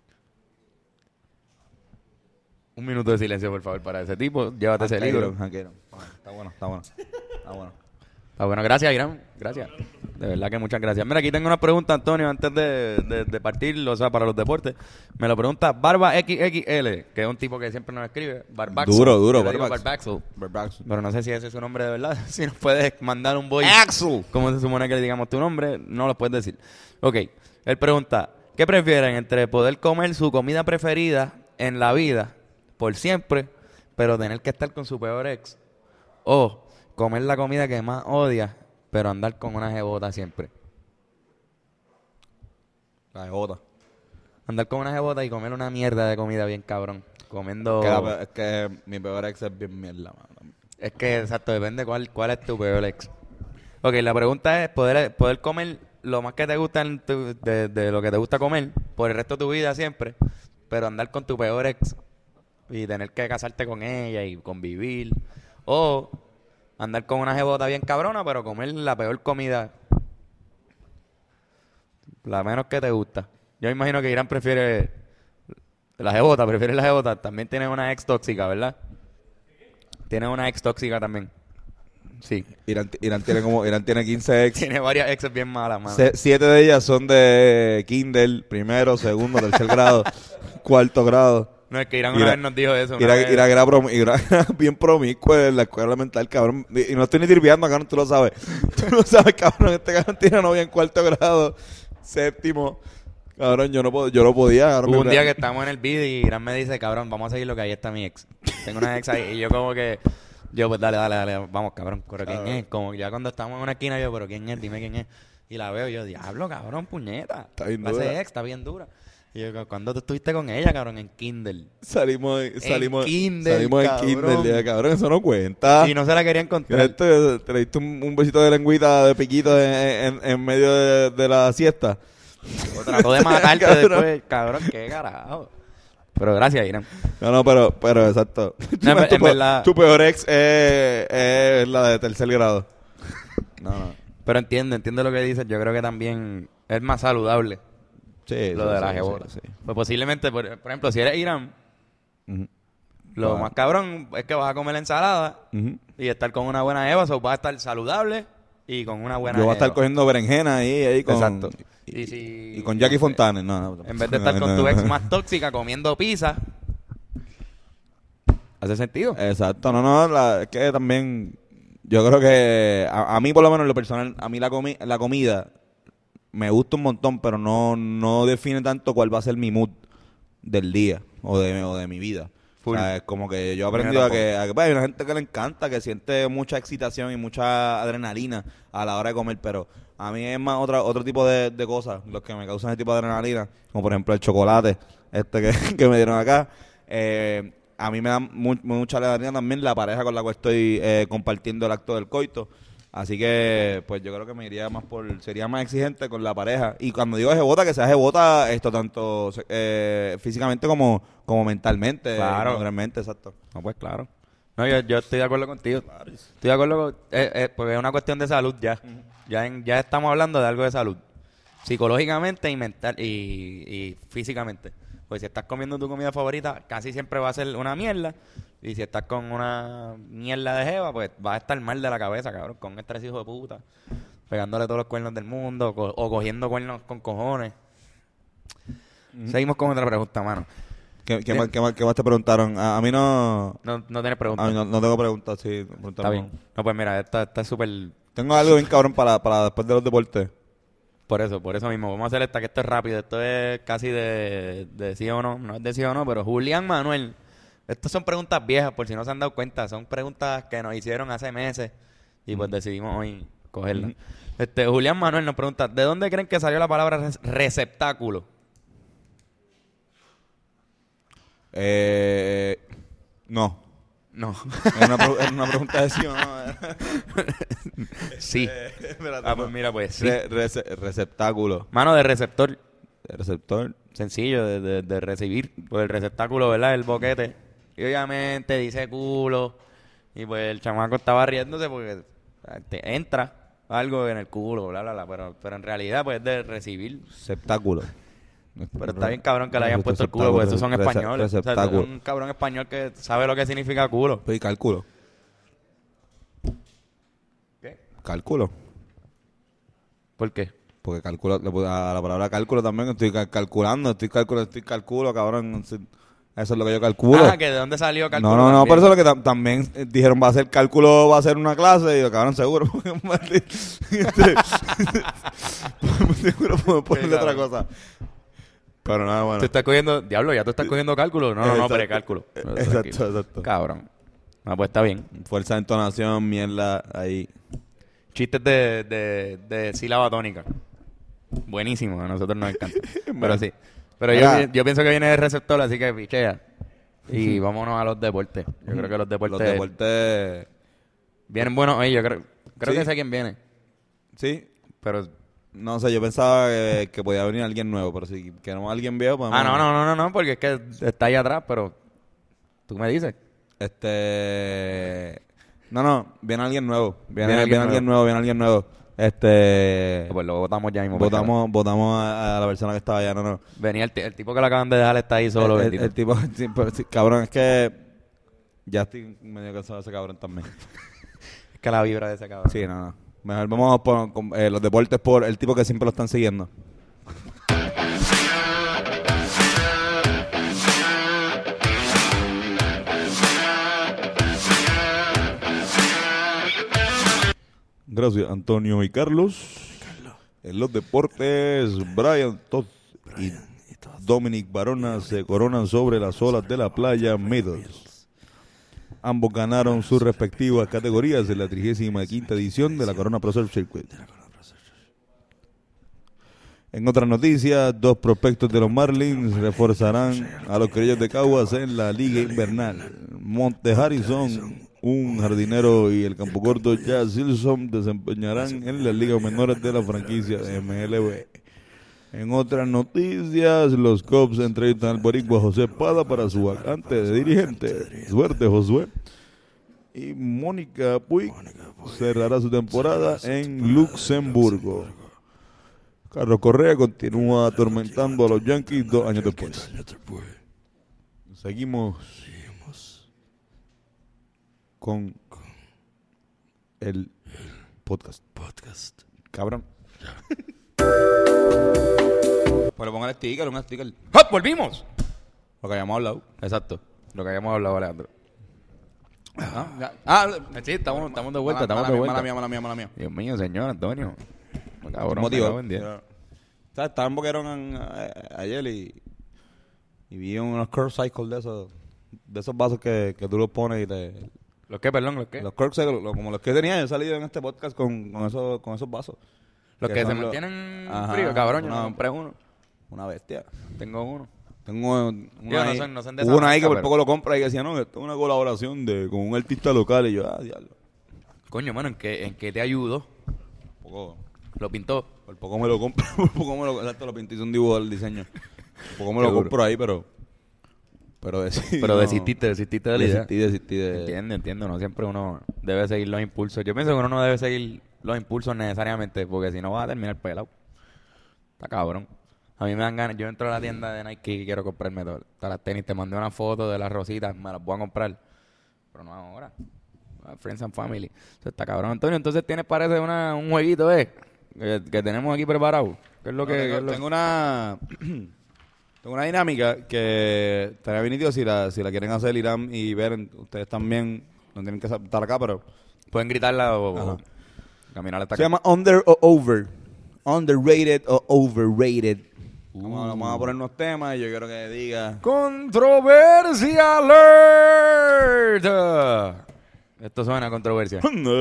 B: Un minuto de silencio, por favor, para ese tipo. Llévate ese libro.
A: Hank Aaron. Está bueno.
B: Está bueno, gracias, Irán. Gracias. De verdad que muchas gracias. Mira, aquí tengo una pregunta, Antonio, antes de partir, o sea, para los deportes. Me lo pregunta Barba XXL, que es un tipo que siempre nos escribe. Barbaxo.
A: Duro,
B: Yo le digo
A: Barbaxo.
B: Barbaxo. Pero no sé si ese es su nombre de verdad. Si nos puedes mandar un voice.
A: Axel.
B: ¿Cómo se supone que le digamos tu nombre? No lo puedes decir. Ok. Él pregunta, ¿qué prefieren entre poder comer su comida preferida en la vida por siempre, pero tener que estar con su peor ex? O comer la comida que más odia, pero andar con una jebota siempre.
A: La jota.
B: Andar con una jebota y comer una mierda de comida bien cabrón. Comiendo...
A: Es que mi peor ex es bien mierda, mano.
B: Es que, exacto, depende cuál es tu peor ex. Ok, la pregunta es poder comer lo más que te gusta de lo que te gusta comer por el resto de tu vida siempre, pero andar con tu peor ex y tener que casarte con ella y convivir. O andar con una jebota bien cabrona, pero comer la peor comida, la menos que te gusta. Yo imagino que Irán prefiere la jebota. También tiene una ex tóxica, ¿verdad? Tiene una ex tóxica también. Sí.
A: Irán tiene 15 ex.
B: Tiene varias exes bien malas, mano.
A: 7 de ellas son de Kindle, primero, segundo, tercer grado, cuarto grado.
B: No, es que Irán
A: Irán-
B: una vez nos dijo eso. una
A: Irán
B: vez.
A: Irán era bien promiscuo en la escuela elemental, cabrón. Y no estoy ni tirviando, cabrón, tú lo sabes. Tú lo sabes, cabrón. Este cabrón tiene novia en cuarto grado, séptimo. Cabrón, yo no podía. Cabrón,
B: Hubo un día que estábamos en el video y Irán me dice, cabrón, vamos a seguir lo que ahí está mi ex. Tengo una ex ahí. Y yo como que... Yo, pues dale, vamos, cabrón. ¿Pero quién es? Como ya cuando estamos en una esquina, yo, ¿pero quién es? Dime quién es. Y la veo y yo, diablo, cabrón, puñeta.
A: Está bien
B: Va a ser
A: dura.
B: ex, está bien dura. Y yo, ¿cuándo tú estuviste con ella, cabrón? En Kindle.
A: Salimos
B: Kindle,
A: en
B: cabrón.
A: Kindle. Ya, cabrón, eso no cuenta.
B: Y no se la quería encontrar.
A: Te le diste un besito de lengüita de piquito en medio de la siesta.
B: Trató de matarte
A: Cabrón.
B: después. Cabrón, qué carajo. Pero gracias, Irán.
A: No, pero exacto.
B: No, en verdad-
A: Tu peor ex es la de tercer grado. No.
B: Pero entiendo lo que dices. Yo creo que también es más saludable
A: Sí,
B: lo de la jebota.
A: sí.
B: Pues posiblemente, por ejemplo, si eres Irán,
A: Ujú.
B: lo
A: Ah.
B: más cabrón es que vas a comer ensalada
A: Ujú.
B: y estar con una buena jeva, o vas a estar saludable y con una buena
A: Yo voy a estar
B: jeva.
A: cogiendo berenjena ahí con...
B: Exacto.
A: Y con Jackie Fontana. No.
B: En vez de estar con tu ex más tóxica comiendo pizza. ¿Hace sentido?
A: Exacto, es que también yo creo que a mí por lo menos en lo personal, a mí la comida me gusta un montón, pero no define tanto cuál va a ser mi mood del día o de mi vida.
B: Full.
A: O sea, es como que yo he
B: A mí
A: aprendido
B: tampoco.
A: a que pues, hay una gente que le encanta, que siente mucha excitación y mucha adrenalina a la hora de comer, pero a mí es más otro tipo de cosas los que me causan ese tipo de adrenalina, como por ejemplo el chocolate que me dieron acá. A mí me da mucha adrenalina también la pareja con la cual estoy compartiendo el acto del coito. Así que, pues yo creo que me iría más sería más exigente con la pareja. Y cuando digo jebota, que sea jebota, tanto físicamente como mentalmente.
B: Claro.
A: Realmente, exacto.
B: No, pues claro. No, yo estoy de acuerdo contigo. Estoy de acuerdo porque es una cuestión de salud ya. Ya estamos hablando de algo de salud. Psicológicamente y mental y físicamente. Pues si estás comiendo tu comida favorita, casi siempre va a ser una mierda. Y si estás con una mierda de jeva, pues vas a estar mal de la cabeza, cabrón. Con estrés hijo de puta. Pegándole todos los cuernos del mundo. O cogiendo cuernos con cojones. Seguimos con otra pregunta, mano.
A: ¿Qué más te preguntaron? A mí no...
B: No tienes preguntas.
A: A mí no tengo preguntas, sí.
B: Está bien. No, pues mira, esta es súper...
A: Tengo algo bien cabrón para después de los deportes.
B: Por eso mismo. Vamos a hacer esta, que esto es rápido. Esto es casi de sí o no. No es de sí o no, pero Julián Manuel. Estas son preguntas viejas, por si no se han dado cuenta. Son preguntas que nos hicieron hace meses y pues decidimos hoy cogerlas. Julián Manuel nos pregunta, ¿de dónde creen que salió la palabra receptáculo?
A: No.
B: No.
A: Es una pregunta de sí o no.
B: Sí.
A: Espérate,
B: Pues mira, pues sí.
A: Receptáculo.
B: Mano de receptor.
A: Receptor.
B: Sencillo de recibir. Pues el receptáculo, ¿verdad? El boquete. Y obviamente dice culo. Y pues el chamaco estaba riéndose porque te entra algo en el culo, bla, bla, bla. Pero en realidad, pues es de recibir.
A: Receptáculo.
B: Pero está bien cabrón que le hayan puesto el culo, porque esos son españoles. O sea,
A: Receptáculo.
B: es un cabrón español que sabe lo que significa culo.
A: Pues, y cálculo.
B: ¿Qué?
A: Cálculo.
B: ¿Por qué?
A: Porque cálculo, a la palabra cálculo también estoy calculando, estoy calculo, cabrón. Eso es lo que yo calculo.
B: Ah, que de dónde salió cálculo.
A: No,
B: también.
A: por eso es lo que también dijeron, va a ser cálculo, va a ser una clase, y yo, cabrón, seguro. Seguro podemos ponerle otra cosa. Pero nada, bueno.
B: Tú estás cogiendo, diablo, ya tú estás cogiendo cálculo. No,
A: Exacto.
B: precálculo.
A: Exacto.
B: Cabrón. No, pues está bien.
A: Fuerza de entonación, mierda, ahí.
B: Chistes de sílaba tónica. Buenísimo, a nosotros nos encanta. Pero sí. Pero
A: Mira.
B: yo pienso que viene de receptor, así que pichea. Y vámonos a los deportes. Yo creo que los deportes vienen buenos. Oye, yo creo
A: Sí.
B: que sé quién viene.
A: Sí,
B: Pero...
A: no sé, yo pensaba que podía venir alguien nuevo, pero si queremos alguien viejo, pues...
B: no, porque es que está ahí atrás, pero... Tú me dices.
A: No, viene alguien nuevo. Viene
B: Viene
A: alguien nuevo.
B: Pues lo votamos ya mismo.
A: Votamos a la persona que estaba allá, no.
B: Venía el tipo que lo acaban de dejar, está ahí solo.
A: El tipo, sí, pero sí, cabrón, es que ya estoy medio cansado de ese cabrón también.
B: Es que la vibra de ese cabrón.
A: Sí, no. Mejor vamos con los deportes por el tipo que siempre lo están siguiendo. Gracias, Antonio y Carlos. En los deportes, Brian Todd y Dominic Barona se coronan sobre las olas de la playa Meadows. Ambos ganaron sus respectivas categorías en la 35ª edición de la Corona Pro Surf Circuit. En otras noticias, 2 prospectos de los Marlins reforzarán a los criollos de Caguas en la Liga Invernal. Monte Harrison, un jardinero, y el campo corto Jazz Silson desempeñarán en las ligas menores de la franquicia de MLB. En otras noticias, los Cubs entrevistan al boricua José Pada para su vacante de dirigente. Suerte, Josué. Y Mónica Puig cerrará su temporada en Luxemburgo. Carlos Correa continúa atormentando a los Yankees 2 años después. Seguimos con el podcast. Cabrón. Pues le pongan un sticker.
B: ¡Ah! ¡Volvimos!
A: Lo que habíamos hablado.
B: Exacto. Lo que habíamos hablado, Alejandro. Sí, estamos de vuelta,
A: Mala mía.
B: Dios mío, señor Antonio. Cabrón,
A: Motivo.
B: me cago en 10.
A: ¿Sabes? Estaba en Boquerón ayer y vi unos curve cycles de esos vasos que tú los pones y te...
B: ¿Los qué, perdón? ¿Los qué?
A: Los curve cycles, como los que tenía, yo he salido en este podcast con esos vasos.
B: Los que se
A: son
B: mantienen
A: Ajá,
B: frío, cabrón. Yo
A: una-
B: me compré uno.
A: Una bestia.
B: Tengo uno.
A: Tengo
B: Digo,
A: una ahí,
B: no son de esa
A: hubo una ahí que
B: marca,
A: por
B: pero-
A: poco lo compra y decía, no, esto es una colaboración con un artista local. Y yo, diablo.
B: Coño, mano, ¿en qué te ayudó?
A: Poco,
B: Lo pintó.
A: por poco me lo compro, exacto, lo pinté, hice un dibujo del diseño. Por poco me lo
B: Seguro.
A: compro ahí, pero decidí.
B: Pero
A: no.
B: desististe de la idea.
A: Desistí de...
B: Entiendo. No siempre uno debe seguir los impulsos. Yo pienso que uno no debe seguir los impulsos necesariamente, porque si no vas a terminar pelado. Está cabrón. A mí me dan ganas. Yo entro a la tienda de Nike y quiero comprarme todas las tenis. Te mandé una foto de las rositas. Me las voy a comprar. Pero no ahora. Friends and Family. Eso está cabrón, Antonio. Entonces tienes, parece, un jueguito, que tenemos aquí preparado. ¿Qué es lo que...?
A: Tengo, tengo una... Tengo una dinámica que estaría bien nítido si la quieren hacer, Irán y ver. Ustedes también no tienen que estar acá, pero...
B: Pueden gritarla o
A: Ajá.
B: caminar hasta
A: Se
B: acá.
A: llama Under o Over. Underrated o Overrated. Vamos a poner unos temas y yo quiero que diga...
B: ¡Controversia alert! Esto suena a controversia.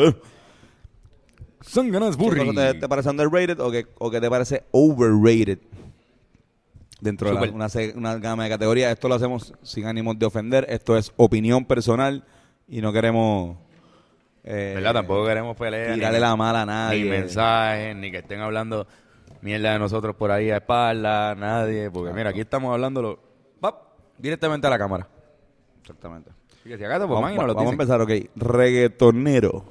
B: Son ganas
A: ¿Qué cosa te parece underrated o que te parece overrated? Dentro de una gama de categorías. Esto lo hacemos sin ánimos de ofender. Esto es opinión personal y no queremos...
B: ¿Verdad? Tampoco queremos pelear.
A: tirarle la mala a nadie.
B: Ni mensajes, ni que estén hablando mierda de nosotros por ahí a espaldas, nadie. Porque mira, aquí estamos hablándolo directamente a la cámara.
A: Exactamente.
B: Así que si acaso, pues man, y nos lo
A: Vamos a
B: dicen.
A: empezar, ok. Reggaetonero.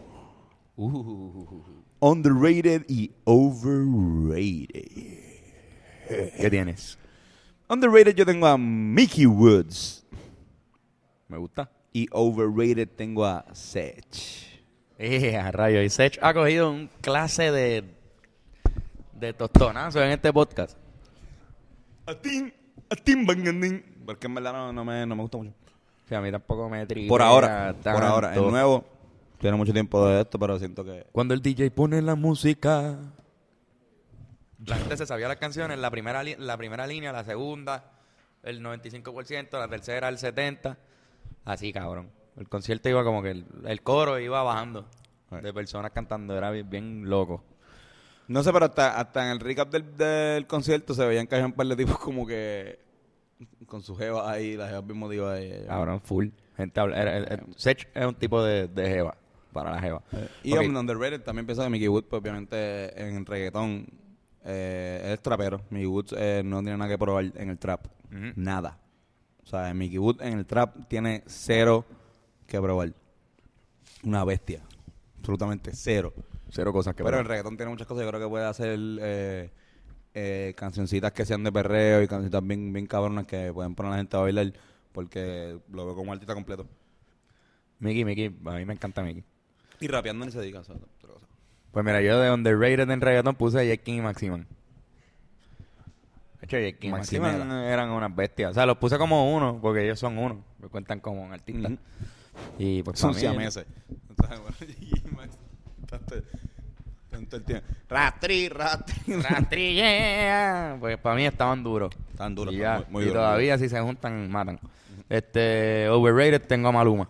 A: Underrated y overrated.
B: ¿Qué tienes?
A: Underrated yo tengo a Mickey Woods.
B: Me gusta.
A: Y overrated tengo a Sech.
B: A rayo. Y Sech ha cogido un clase de tostonazo en este podcast.
A: A Tim Bangandín. Porque en verdad no me gusta mucho.
B: O sea, a mí tampoco me tripea
A: Por ahora.
B: tanto.
A: Es nuevo. Tiene mucho tiempo de esto, pero siento que...
B: Cuando el DJ pone la música, la gente se sabía las canciones, la primera línea, la segunda, el 95%, la tercera, el 70%. Así, cabrón. El concierto iba como que el coro iba bajando de personas cantando. Era bien loco.
A: No sé, pero hasta en el recap del concierto se veían que había un par de tipos como que... con su jeva ahí, la jeva mismo diva ahí.
B: Cabrón, full. Gente Sech es un tipo de jeva. Para la jeva.
A: Y
B: Ok.
A: underrated también pienso que Mickey Woods, pues, obviamente en reggaetón, él es trapero. Mickey Woods no tiene nada que probar en el trap.
B: Ujú.
A: Nada. O sea, Mickey Woods en el trap tiene cero que probar. Una bestia. Absolutamente cero.
B: Cero cosas que
A: Pero
B: ver.
A: el reggaetón tiene muchas cosas. Yo creo que puede hacer cancioncitas que sean de perreo y cancioncitas bien cabronas que pueden poner a la gente a bailar porque lo veo como artista completo.
B: Mickey, a mí me encanta Mickey.
A: Y rapeando ni se diga. O sea, otra cosa.
B: Pues mira, yo de underrated en reggaetón puse a J. King y Maximan. De hecho, J. King y
A: Maximela.
B: Maximan eran unas bestias. O sea, los puse como uno, porque ellos son uno. Me cuentan como un artista.
A: Ujú.
B: Y pues
A: Son
B: para mí...
A: siameses. Entonces, bueno, y Max, tanto el tiempo. Ratri.
B: Rastrillea. Pues para mí estaban duros.
A: Estaban duros,
B: Y,
A: estaban
B: ya,
A: muy
B: y
A: duros.
B: todavía si se juntan, matan. Overrated tengo a Maluma.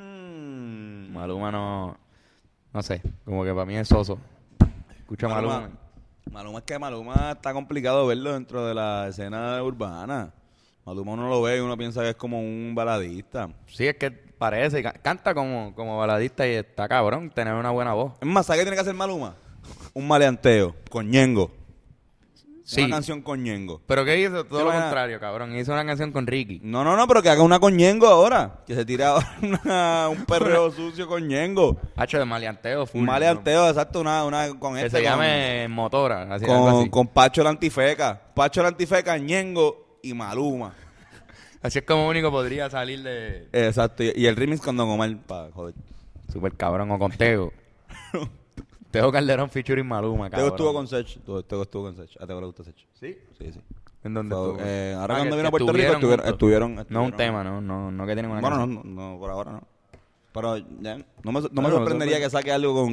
B: Maluma no sé, como que para mí es soso. Escucha a Maluma.
A: Maluma es que Maluma está complicado verlo dentro de la escena urbana. Maluma uno lo ve y uno piensa que es como un baladista.
B: Sí, es que parece, canta como baladista y está cabrón tener una buena voz.
A: Es más, ¿sabes qué tiene que hacer Maluma? Un maleanteo con Ñengo.
B: Sí.
A: Una canción con Ñengo.
B: Pero ¿qué hizo? Todo
A: ¿Qué
B: lo
A: va a-
B: contrario, cabrón. Hizo una canción con Ricky.
A: No, pero que haga una con Ñengo ahora. Que se tira un perreo sucio con Ñengo.
B: Hacho de maleanteo. Full,
A: Un maleanteo, exacto, una con
B: Que
A: este.
B: se
A: con-
B: llame Motora. Así, algo
A: Con,
B: así.
A: con Pacho la Antifeca. Pacho la Antifeca, Ñengo y Maluma.
B: Así es como único podría salir de...
A: Exacto. Y el remix con Don Omar, para joder.
B: Super cabrón. O con Tego. Tego Calderón featuring Maluma, cabrón.
A: Tego estuvo con Sech. Tego estuvo con Sech. A Tego le gusta Sech.
B: ¿Sí?
A: Sí, sí.
B: ¿En dónde
A: Fue,
B: estuvo?
A: ahora
B: Ah,
A: cuando
B: que
A: vino a Puerto Rico
B: juntos.
A: estuvieron.
B: No un tema, no que tienen una
A: Bueno,
B: canción.
A: no, por ahora no. Pero ya, no me
B: Bueno,
A: sorprendería que saque algo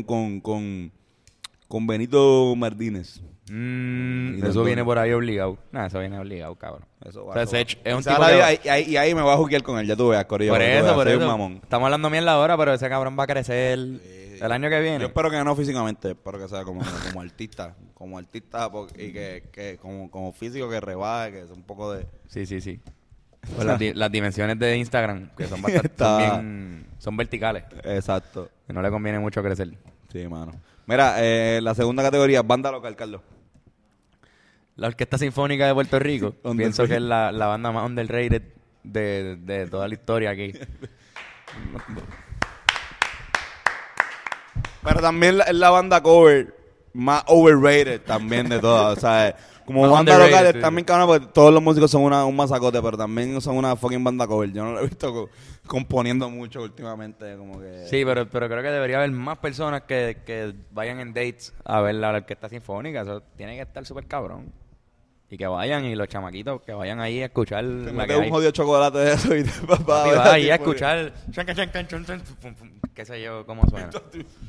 A: con Benito Martínez. Y
B: Eso
A: los
B: viene
A: dos.
B: por ahí obligado. No, eso viene obligado, cabrón.
A: Eso
B: O sea, Sech es un
A: Quizá
B: tipo
A: la
B: que...
A: vida, y ahí me voy a jugar con él, ya tú veas, Corillo.
B: Por
A: para que tú
B: eso,
A: veas,
B: por
A: soy
B: eso.
A: un mamón.
B: Estamos hablando mierda ahora, pero ese cabrón va a crecer el año que
A: Yo
B: viene.
A: espero que no físicamente, espero que sea como artista. Como artista y que como físico que rebaje, que es un poco de...
B: Sí. Pues las dimensiones de Instagram, que son bastante...
A: Está-
B: son verticales.
A: Exacto.
B: Que no le conviene mucho crecer.
A: Sí, mano. Mira, la segunda categoría, banda local, Carlos.
B: La Orquesta Sinfónica de Puerto Rico,
A: Underrated.
B: pienso que es la banda más underrated de toda la historia aquí.
A: Pero también es la banda cover más overrated también de todas. O sea, como
B: Más
A: banda
B: underrated,
A: local
B: sí.
A: también cabrón, porque todos los músicos son un masacote, pero también son una fucking banda cover. Yo no lo he visto componiendo mucho últimamente, como que...
B: Sí, pero creo que debería haber más personas que vayan en dates a ver la orquesta sinfónica. Eso tiene que estar súper cabrón. Y que vayan, y los chamaquitos que vayan ahí a escuchar
A: Te
B: la que
A: metes un
B: hay.
A: jodido chocolate de eso y te
B: Papi,
A: vas
B: vas ahí a escuchar qué sé yo, cómo suena. Eso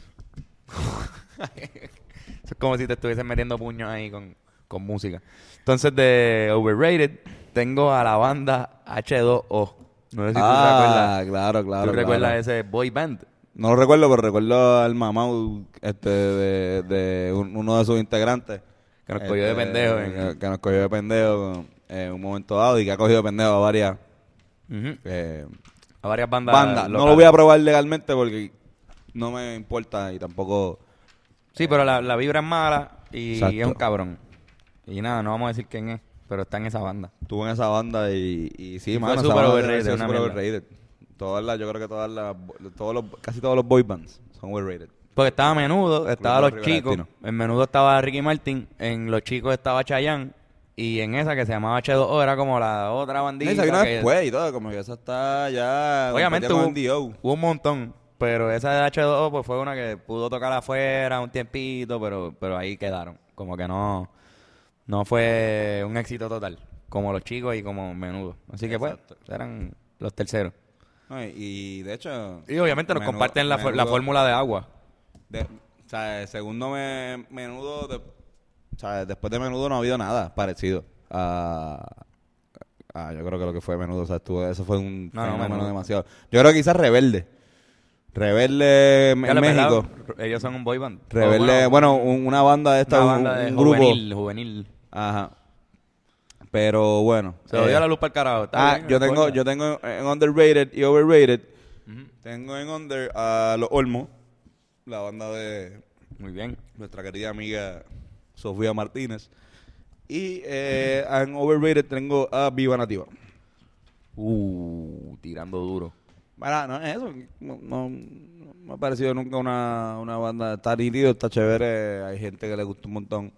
B: es como si te estuviesen metiendo puños ahí con música. Entonces, de overrated, tengo a la banda H2O. No sé si tú te acuerdas.
A: Claro.
B: ¿Tú recuerdas ese boy band?
A: No lo recuerdo, pero recuerdo al mamau de uno de sus integrantes.
B: Que nos cogió de pendejo
A: Que nos cogió de pendejo en un momento dado y que ha cogido de pendejo a varias
B: Ujú. A varias bandas.
A: bandas. No lo
B: locales.
A: voy a probar legalmente porque no me importa y tampoco...
B: Sí, pero la vibra es mala y
A: Exacto.
B: es un cabrón. Y nada, no vamos a decir quién es, pero está en esa banda.
A: Estuvo en esa banda y sí,
B: Y fue
A: mano, esa
B: súper
A: banda
B: overrated,
A: ha sido
B: una
A: súper
B: mierda.
A: overrated. Yo creo que casi todos los boy bands son overrated.
B: Porque estaba Menudo, estaba
A: Rivera
B: Los Chicos,
A: Destino.
B: en Menudo estaba Ricky Martin, en Los Chicos estaba Chayanne, y en esa que se llamaba H2O era como la otra bandita.
A: Esa vino
B: que-
A: después y todo, como que esa está ya...
B: Obviamente
A: competía
B: hubo,
A: con
B: hubo un montón, pero esa de H2O pues fue una que pudo tocar afuera un tiempito, pero ahí quedaron. Como que no fue un éxito total, como Los Chicos y como Menudo. Así que pues, eran los terceros.
A: No, y de hecho...
B: Y obviamente nos
A: Menudo-
B: comparten la
A: Menudo-
B: fórmula de agua.
A: O sea, segundo Menudo... o sea, después de Menudo no ha habido nada parecido yo creo que lo que fue Menudo. O sea, eso fue un
B: No,
A: fenómeno
B: Menudo.
A: demasiado. Yo creo que quizás Rebelde. Rebelde en
B: Ya lo he
A: México.
B: pelado, ellos son un boy band.
A: Rebelde, una banda de esta,
B: una banda de
A: un grupo.
B: juvenil.
A: Ajá. Pero bueno.
B: Se lo dio la luz para el carajo. Está bien,
A: yo
B: no
A: tengo
B: importa.
A: en underrated y overrated.
B: Ujú.
A: Tengo en under a Los Olmos, la banda de
B: Muy bien.
A: nuestra querida amiga Sofía Martínez. Y en overrated tengo a Viva Nativa.
B: Tirando duro.
A: Bueno, no es eso. No me ha parecido nunca una banda. Está nítido, está chévere. Hay gente que le gusta un montón.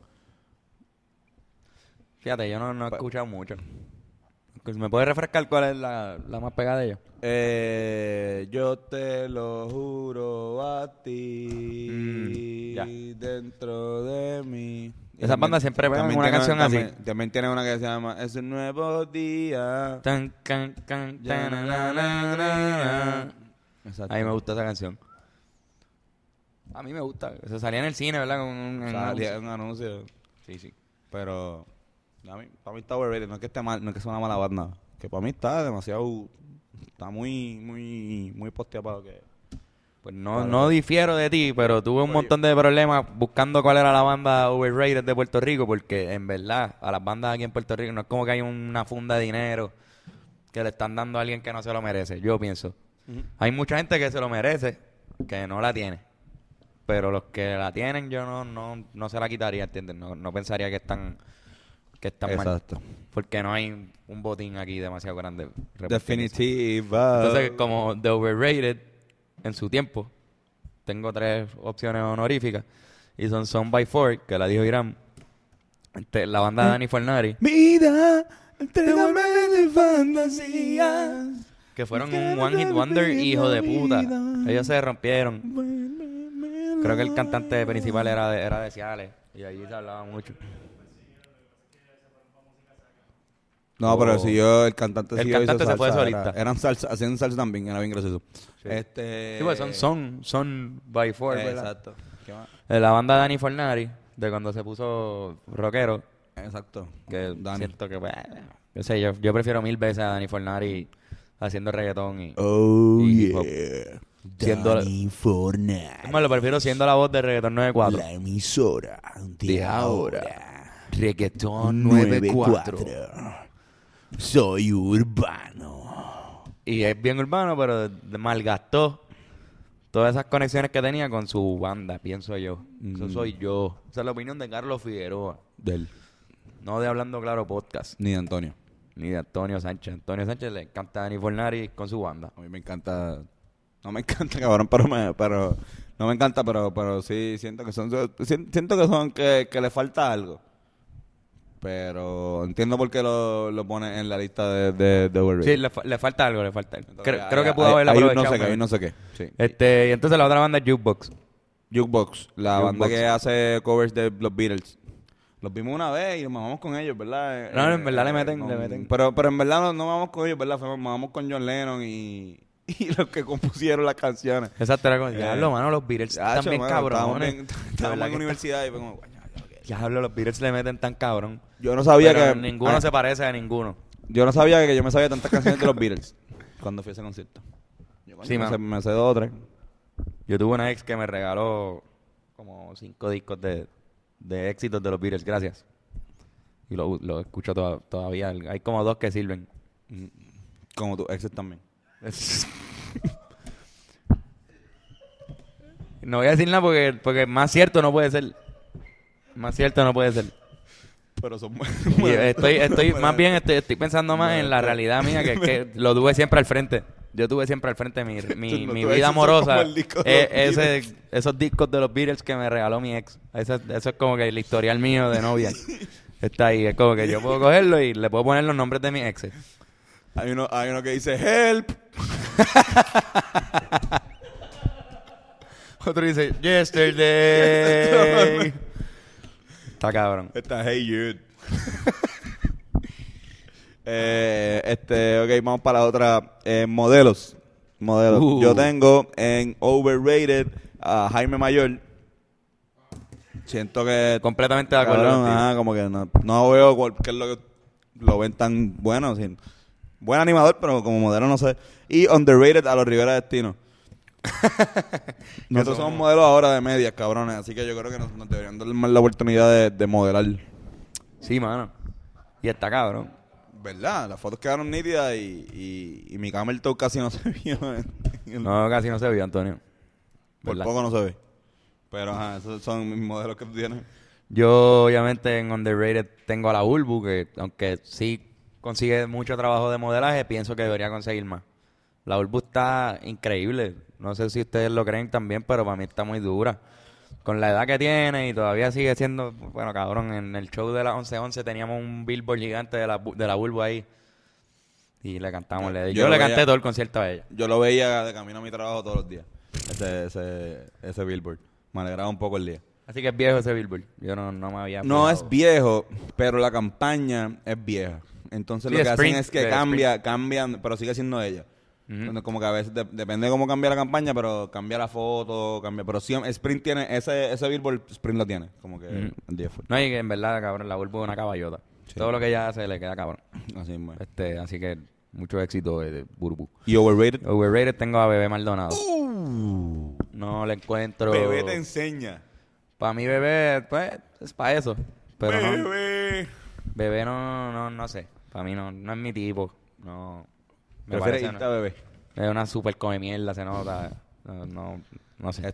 B: Fíjate, yo no he escuchado mucho. ¿Me puedes refrescar cuál es la más pegada de ellos?
A: Yo te lo juro a ti,
B: Ya.
A: dentro de mí.
B: Esas bandas siempre pegan
A: también
B: una
A: tiene-
B: canción
A: también-
B: así.
A: También tiene una que se llama Es un nuevo día.
B: Tan, can, can, tan, na, na, na, na.
A: Exacto.
B: A mí me gusta esa canción. A mí me gusta. Se salía en el cine, ¿verdad? Con un
A: Salía un anuncio.
B: Sí.
A: Pero para mí está overrated. No es que esté mal, no es que sea una mala banda. Que para mí está demasiado. Está muy posteado para lo que.
B: Pues no difiero de ti, pero tuve un montón de problemas buscando cuál era la banda overrated de Puerto Rico, porque en verdad a las bandas aquí en Puerto Rico no es como que hay una funda de dinero que le están dando a alguien que no se lo merece, yo pienso. Hay mucha gente que se lo merece, que no la tiene, pero los que la tienen yo no se la quitaría, ¿entiendes? No pensaría que están mal,
A: Exacto.
B: porque no hay un botín aquí demasiado grande.
A: Definitiva.
B: Entonces, como The Overrated, en su tiempo, tengo 3 opciones honoríficas. Y son Son by Four, que la dijo Irán. La banda de Dani Fornari,
A: Vida, entrégame de fantasías.
B: que fueron un One Hit Wonder, hijo de puta. Ellos se rompieron. Creo que el cantante principal era de Ciales. Y allí se hablaba mucho.
A: No, pero si yo, el cantante
B: El
A: siguió, hizo
B: cantante se fue
A: salsa,
B: solista.
A: Eran salsa, hacían salsa también, era bien gracioso.
B: Sí.
A: Sí,
B: Sí, pues son by Four, ¿verdad?
A: Exacto. ¿Qué más?
B: La banda de Dani Fornari, de cuando se puso rockero,
A: Exacto.
B: que
A: Dani.
B: siento que yo sé, yo prefiero 1000 veces a Dani Fornari haciendo reggaetón y
A: Oh,
B: y hip hop.
A: yeah.
B: Siendo-
A: Dani Fornari.
B: es más, lo prefiero siendo la voz de reggaetón 94
A: La emisora de ahora.
B: reggaetón
A: 94. Soy urbano.
B: y es bien urbano, pero malgastó todas esas conexiones que tenía con su banda, pienso yo. Eso soy yo. Esa es la opinión de Carlos Figueroa,
A: Del.
B: no de Hablando Claro Podcast,
A: Ni de Antonio.
B: ni de Antonio Sánchez. Antonio Sánchez le encanta a Dani Fornari con su banda.
A: A mí me encanta No me encanta, cabrón, pero no me encanta, pero sí siento que son que le falta algo. Pero entiendo por qué lo pone en la lista de overrated.
B: Sí, le falta algo, le falta algo.
A: Entonces,
B: Creo que pudo
A: hay
B: haberla
A: un
B: aprovechado.
A: no sé qué. Sí.
B: Y entonces la otra banda es Jukebox.
A: Jukebox, la
B: Jukebox.
A: banda que hace covers de los Beatles. Los vimos una vez y nos mamamos con ellos, ¿verdad?
B: No, en verdad le meten.
A: Pero en verdad no mamamos con ellos, ¿verdad? Mamamos con John Lennon y los que compusieron las canciones.
B: Exacto, era como, diablo, mano, los Beatles
A: Chacho,
B: también
A: mano,
B: cabrones.
A: Estábamos en universidad y fue como,
B: Diablo, los Beatles le meten tan cabrón.
A: yo no sabía
B: Pero
A: que...
B: ninguno se parece a ninguno.
A: Yo no sabía que yo me sabía tantas canciones de los Beatles cuando fui a ese concierto. Yo
B: Sí, mano.
A: me sé 2 o 3.
B: Yo tuve una ex que me regaló como 5 discos de éxitos de los Beatles, gracias. Y lo escucho todavía. Hay como 2 que sirven.
A: Como tus exes también.
B: No voy a decir nada porque más cierto no puede ser. Más cierto no puede ser.
A: Pero son
B: Y estoy más bien estoy pensando más en la realidad mía, que es que lo tuve siempre al frente. Yo tuve siempre al frente mi
A: Tu
B: vida
A: exes son
B: amorosa.
A: como el disco de los Beatles.
B: Esos discos de los Beatles que me regaló mi ex. Eso es como que el historial mío de novia. Está ahí. Es como que yo puedo cogerlo y le puedo poner los nombres de mis exes.
A: Hay uno que dice help.
B: Otro dice yesterday. Está cabrón.
A: Está Hey Jude. Ok, vamos para la otra. Modelos. Yo tengo en overrated a Jaime Mayor. Siento que...
B: Completamente de acuerdo
A: cabrón,
B: contigo.
A: ajá, como que no veo qué es lo que lo ven tan bueno. Buen animador, pero como modelo no sé. Y underrated a los Rivera Destino. Nosotros somos modelos ahora de medias, cabrones. Así que yo creo que nos deberían dar más la oportunidad de modelar.
B: Sí, mano. Y está cabrón.
A: ¿Verdad? Las fotos quedaron nítidas y mi camel toe casi no se vio.
B: No, casi no se vio, Antonio.
A: Por
B: ¿Verdad?
A: poco no se ve. Pero ajá, esos son mis modelos que tú tienes.
B: Yo, obviamente, en underrated tengo a la Bulbu, que aunque sí consigue mucho trabajo de modelaje, pienso que debería conseguir más. La Bulbu está increíble. No sé si ustedes lo creen también, pero para mí está muy dura. Con la edad que tiene y todavía sigue siendo... Bueno, cabrón, en el show de las 11:11 teníamos un billboard gigante de la Bulbu ahí. Y le cantamos. Yo le canté todo el concierto a ella.
A: Yo lo veía de camino a mi trabajo todos los días. Ese billboard. Me alegraba un poco el día.
B: Así que es viejo ese billboard. Yo no me había...
A: No
B: fijado.
A: es viejo, pero la campaña es vieja. Entonces
B: Sí,
A: lo que
B: Sprint,
A: hacen es que
B: de
A: cambian, pero sigue siendo ella.
B: Ujú.
A: Entonces, como que a veces depende de cómo cambia la campaña, pero cambia la foto, cambia. Pero sí, Sprint tiene, ese billboard, Sprint lo tiene. Como que
B: Ujú.
A: el día fue.
B: No, y que en verdad, cabrón, la Bulbu es una caballota.
A: Sí.
B: Todo lo que ella hace le queda cabrón.
A: Así es, man.
B: Así que mucho éxito de Bulbu.
A: Y overrated.
B: Overrated tengo a Bebé Maldonado. No le encuentro...
A: Bebé te enseña.
B: Para mí Bebé, pues, es para eso. Pero no,
A: Bebé.
B: Bebé no sé. Para mí no es mi tipo. No. Me
A: Prefieres
B: parece,
A: irte a bebé.
B: es una super come mierda, se nota. No sé.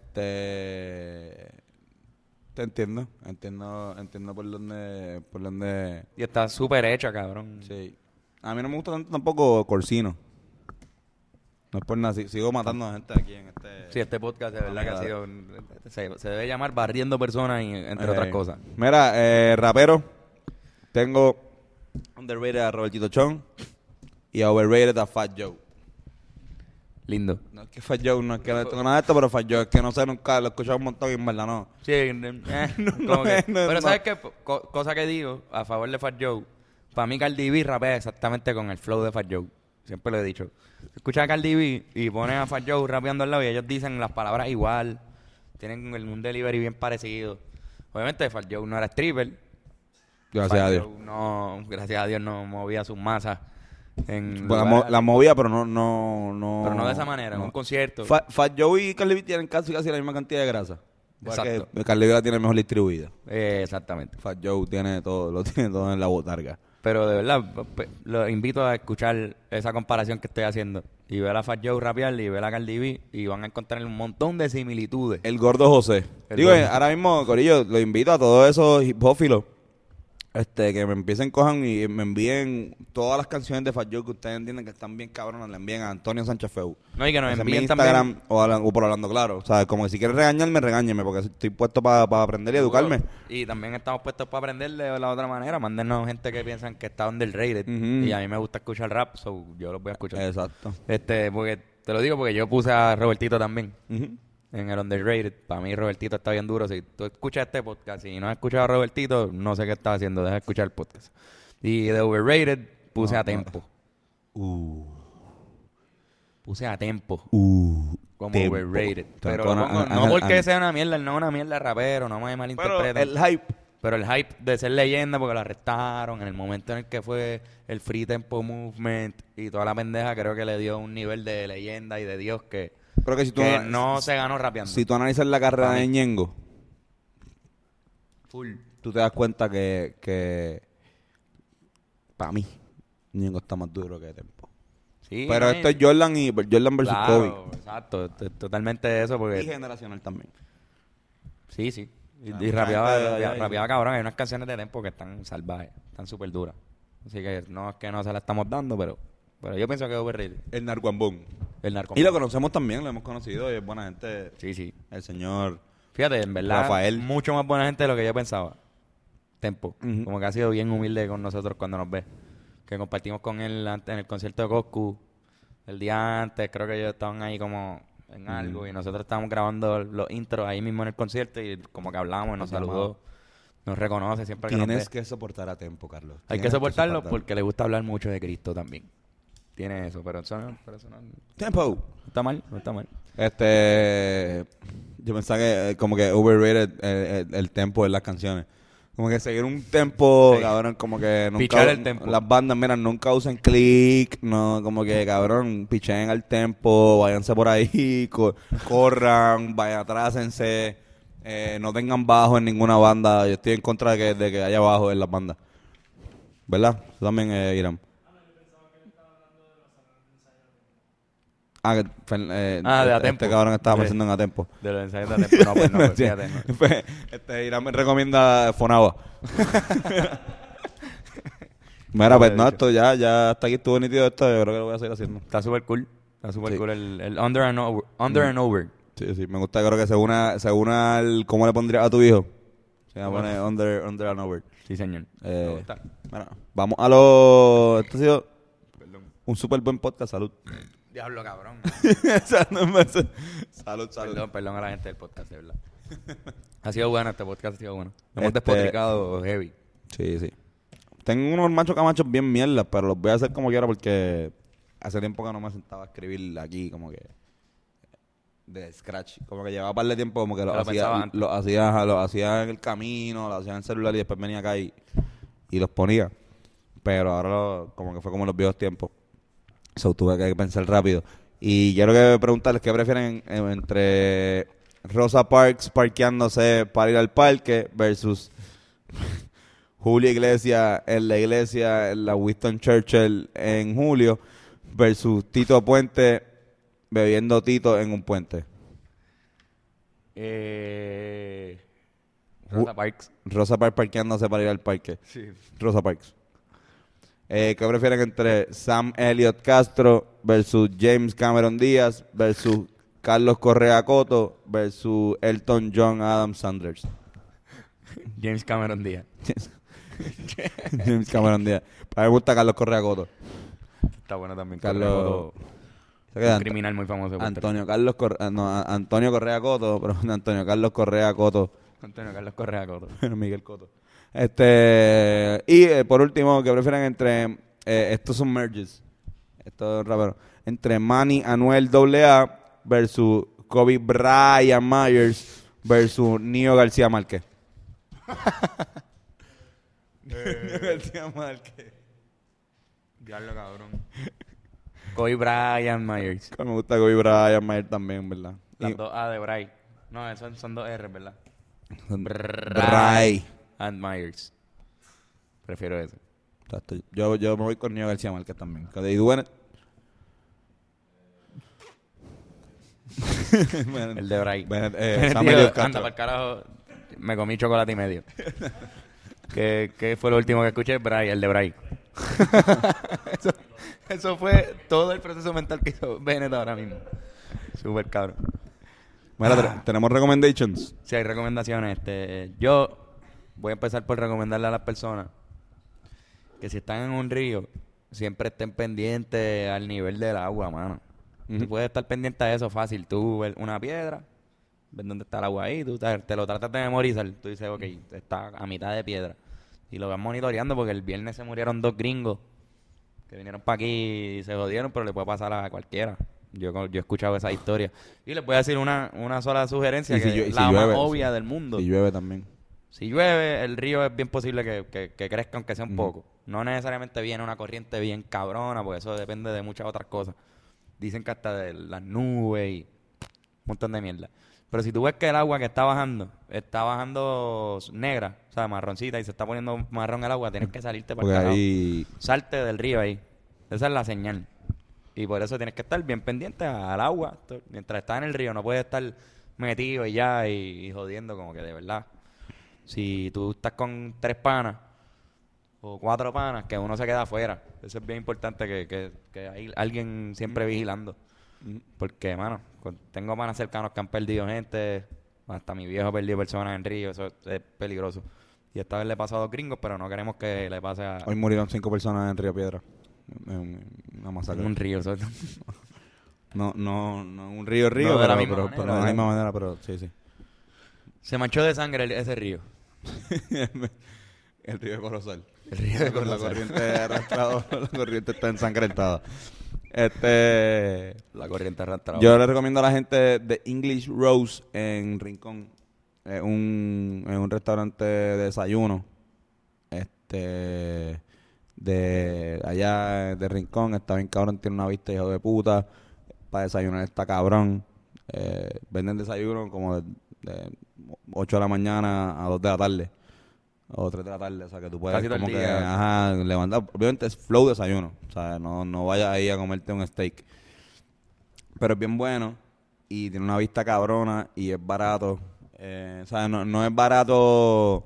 A: Te entiendo. Entiendo por dónde.
B: Y está súper hecha, cabrón.
A: Sí. A mí no me gusta tanto tampoco Corsino. No es por nada. Sigo matando a gente aquí en este.
B: Sí, este podcast de verdad que ha
A: Claro.
B: sido... Se debe llamar Barriendo Personas, entre otras cosas.
A: Mira, rapero. Tengo underrated a Robertito Chon y a overrated a Fat Joe.
B: Lindo.
A: No es que Fat Joe, no es que no tengo nada de esto, pero Fat Joe es que no sé, nunca lo he escuchado un montón y en verdad no.
B: Sí, como que-
A: no,
B: pero
A: no.
B: ¿sabes qué? Cosa que digo a favor de Fat Joe. Para mí Cardi B rapea exactamente con el flow de Fat Joe. Siempre lo he dicho. Escucha a Cardi B y pones a Fat Joe rapeando al lado y ellos dicen las palabras igual. Tienen un delivery bien parecido. Obviamente Fat Joe no era stripper.
A: Gracias
B: Fat
A: a Dios.
B: Joe gracias a Dios no movía sus masas. En
A: Bueno,
B: lugares-
A: la movía, pero no.
B: pero no de esa manera, en
A: no.
B: un concierto.
A: Fat Joe y Carly B tienen casi la misma cantidad de grasa.
B: Exacto.
A: Porque Carly B la tiene mejor distribuida.
B: Exactamente.
A: Fat Joe lo tiene todo en la botarga.
B: Pero de verdad, lo invito a escuchar esa comparación que estoy haciendo. Y ver a Fat Joe rapear y ver a Cardi B y van a encontrar un montón de similitudes.
A: El gordo José.
B: El
A: Digo,
B: gordo.
A: ahora mismo, Corillo, lo invito a todos esos hipófilos que me empiecen, cojan y me envíen todas las canciones de Fat Joe que ustedes entienden que están bien cabronas, le envíen a Antonio Sánchez Feu.
B: No, y que nos
A: Ese es mi
B: envíen
A: Instagram
B: también.
A: o por Hablando Claro. O sea, como que si quieres regañarme, regáñeme, porque estoy puesto para aprender y educarme.
B: Y también estamos puestos para aprender de la otra manera. Mándenos gente que piensan que está underrated.
A: Ujú.
B: Y a mí me gusta escuchar rap, so yo los voy a escuchar.
A: Exacto.
B: Porque te lo digo porque yo puse a Robertito también
A: Ujú.
B: en el underrated. Para mí Robertito está bien duro. Si tú escuchas este podcast y no has escuchado a Robertito, no sé qué estás haciendo. Deja de escuchar el podcast. Y de overrated puse a Tempo. Puse a Tempo. Como
A: Tempo.
B: overrated.
A: Te
B: Pero
A: van
B: lo
A: a-
B: pongo,
A: a-
B: no
A: a-
B: porque
A: a-
B: sea una mierda, él no es una mierda de rapero, no me
A: Pero
B: malinterpreten.
A: el hype.
B: Pero el hype de ser leyenda porque lo arrestaron en el momento en el que fue el Free Tempo Movement y toda la pendeja, creo que le dio un nivel de leyenda y de Dios que
A: Creo que si tú,
B: no se ganó rapeando.
A: si tú analizas la carrera
B: Pa'
A: de
B: mí.
A: Ñengo,
B: Full.
A: tú te das cuenta que para mí, Ñengo está más duro que Tempo.
B: Sí,
A: Pero
B: no,
A: esto es Jordan versus
B: claro,
A: Kobe.
B: exacto, totalmente eso
A: Y
B: porque
A: generacional también.
B: sí, sí. Y
A: mucha
B: rapeaba,
A: gente de allá
B: rapeaba cabrón, hay unas canciones de Tempo que están salvajes, están súper duras. Así que no es que no se la estamos dando, pero yo pienso que es overrated.
A: El Narcoambón.
B: El narco.
A: Y lo conocemos también, lo hemos conocido y es buena gente.
B: Sí, sí.
A: El señor
B: Fíjate, en verdad,
A: Rafael.
B: mucho más buena gente de lo que yo pensaba. Tempo.
A: Ujú.
B: Como que ha sido bien humilde con nosotros cuando nos ve. Que compartimos con él en el concierto de Coscu el día antes. Creo que ellos estaban ahí como en algo y nosotros estábamos grabando los intros ahí mismo en el concierto y como que hablamos, nos saludó, nos reconoce siempre que nos
A: Tienes
B: ve.
A: que soportar a Tempo, Carlos.
B: Hay que
A: Tienes
B: soportarlo
A: soportarlo.
B: porque le gusta hablar mucho de Cristo también. Tiene eso, pero eso no
A: Tempo.
B: está mal, no está mal.
A: Yo pensaba que como que overrated el tempo de las canciones. Como que seguir un tempo,
B: Sí.
A: cabrón, como que nunca...
B: Pichar el tempo.
A: Las bandas, mira, nunca usen click, no, como que, cabrón, picheen al tempo, váyanse por ahí, corran, vayan atrásense, no tengan bajo en ninguna banda. Yo estoy en contra de que haya bajo en las bandas. ¿Verdad? Tú también, Irán. De
B: Atempo.
A: Este cabrón estaba
B: Sí.
A: pensando en Atempo.
B: De los ensayos de Tempo, no, pues no, pues
A: Sí.
B: fíjate, no.
A: Pues, Irán me recomienda Fonagua. Mira, pues no, esto ya hasta aquí estuvo nítido esto, yo creo que lo voy a seguir haciendo.
B: Está súper cool. Está súper
A: Sí.
B: cool el under and over. Under and over.
A: Sí, sí, me gusta, creo que se una al cómo le pondrías a tu hijo. Se llama pone under and over.
B: Sí, señor.
A: Eh,
B: Me gusta.
A: Mira, vamos a lo... Esto ha sido un súper buen podcast, salud.
B: Diablo, cabrón.
A: Salud, salud.
B: Perdón a la gente del podcast, de verdad. Ha sido bueno este podcast, ha sido bueno. Hemos
A: Este-
B: despotricado heavy.
A: Sí, sí. Tengo unos machos camachos bien mierdas, pero los voy a hacer como quiera porque hace tiempo que no me sentaba a escribir aquí como que de scratch. Como que llevaba un par de tiempo como que
B: Te lo pensaba antes.
A: lo hacía en el camino, lo hacía en el celular y después venía acá y los ponía. Pero ahora como que fue como en los viejos tiempos. So tuve que pensar rápido. Y quiero que preguntarles qué prefieren entre Rosa Parks parqueándose para ir al parque versus Julio Iglesias en la Winston Churchill en julio versus Tito Puente bebiendo Tito en un puente.
B: Rosa Parks.
A: Rosa Parks parqueándose para ir al parque.
B: Sí.
A: Rosa Parks. ¿Qué prefieren entre Sam Elliott Castro versus James Cameron Díaz versus Carlos Correa Coto versus Elton John Adam Sanders?
B: James Cameron Díaz.
A: James Cameron Díaz. A mí me gusta Carlos Correa Coto.
B: Está bueno también.
A: Carlos... ¿Se
B: Un
A: queda?
B: criminal muy famoso. de Puerto
A: Antonio Carlos Antonio Correa Coto, pero Antonio Carlos Correa Coto,
B: Rico. Antonio Carlos Correa Coto.
A: Miguel Coto. Por último, ¿qué prefieren entre estos son merges? Estos raperos. Entre Manny Anuel AA versus Kobe Bryant Myers versus Nio García Márquez. Nio García Márquez.
B: Diablo, cabrón. Kobe Bryant Myers.
A: Me gusta Kobe Bryant Myers también, ¿verdad?
B: Las dos A de Bry. No, esos son dos R, ¿verdad?
A: Bray.
B: And Myers. Prefiero eso.
A: Exacto. Yo me voy con Nio García Márquez también. ¿Y tú, Bennett?
B: El de Bry.
A: Bennett,
B: Tío,
A: Sam Elliott
B: anda
A: Castro.
B: para el carajo. Me comí chocolate y medio. ¿Qué fue lo último que escuché? Bray, el de Bray. eso fue todo el proceso mental que hizo Bennett ahora mismo. Súper cabrón.
A: Mira, tenemos recommendations.
B: Si hay recomendaciones, yo voy a empezar por recomendarle a las personas que si están en un río, siempre estén pendientes al nivel del agua, mano. Tú puedes estar pendiente a eso fácil. Tú ves una piedra, ves dónde está el agua ahí, tú te lo tratas de memorizar. Tú dices, ok, está a mitad de piedra. Y lo vas monitoreando porque el viernes se murieron 2 gringos que vinieron para aquí y se jodieron, pero le puede pasar a cualquiera. Yo he escuchado esa historia. Y les voy a decir una sola sugerencia,
A: Y si
B: que
A: llueve-
B: es la
A: si
B: más
A: llueve,
B: obvia del mundo.
A: Y llueve también.
B: Si llueve, el río es bien posible que crezca, aunque sea un poco. No necesariamente viene una corriente bien cabrona, porque eso depende de muchas otras cosas. Dicen que hasta de las nubes y un montón de mierda. Pero si tú ves que el agua que está bajando negra, o sea, marroncita, y se está poniendo marrón el agua, tienes que salirte para
A: Porque
B: el carajo.
A: ahí...
B: Salte del río ahí. Esa es la señal. Y por eso tienes que estar bien pendiente al agua. Mientras estás en el río, no puedes estar metido y ya y jodiendo, como que de verdad. Si tú estás con 3 panas o 4 panas, que uno se queda afuera. Eso es bien importante, que hay alguien siempre vigilando. Porque, mano, tengo panas cercanos que han perdido gente. Hasta mi viejo ha perdido personas en río. Eso es peligroso. Y esta vez le pasó a 2 gringos, pero no queremos que le pase a
A: Hoy murieron 5 personas en Río Piedra. Una masacre.
B: un río.
A: No un río,
B: No de la misma
A: pero
B: manera,
A: de la
B: ¿verdad?
A: misma manera, pero sí.
B: Se manchó de sangre ese río.
A: El río de Corozal.
B: El río de
A: La
B: Corozal.
A: corriente arrastrada, la corriente está ensangrentada.
B: La corriente arrastrada.
A: Yo le recomiendo a la gente de English Rose en Rincón. Es un restaurante de desayuno. De allá de Rincón. Está bien cabrón, tiene una vista hijo de puta. Para desayunar está cabrón. Venden desayuno como de 8 de la mañana a 2 de la tarde. O 3 de la tarde. O sea, que tú puedes
B: Casi todo el
A: como que,
B: día.
A: levantar. Obviamente es flow desayuno. O sea, no vayas ahí a comerte un steak. Pero es bien bueno. Y tiene una vista cabrona. Y es barato. O sea, no es barato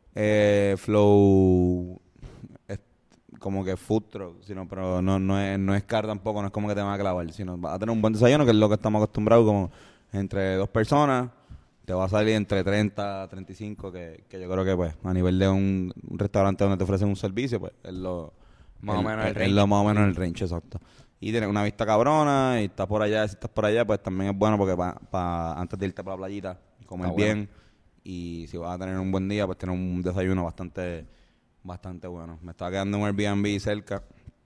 A: flow como que food truck, sino, pero no es caro tampoco, no es como que te van a clavar, sino vas a tener un buen desayuno, que es lo que estamos acostumbrados, como entre 2 personas, te va a salir entre 30 a 35, que yo creo que pues a nivel de un restaurante donde te ofrecen un servicio, pues es lo
B: Más o menos el
A: es
B: range.
A: lo más o menos el range, exacto. Y tienes una vista cabrona, y estás por allá, si estás por allá, pues también es bueno porque antes de irte para la playita, comer
B: Está bueno.
A: bien, y si vas a tener un buen día, pues tener un desayuno bastante bueno. Me estaba quedando en un Airbnb cerca.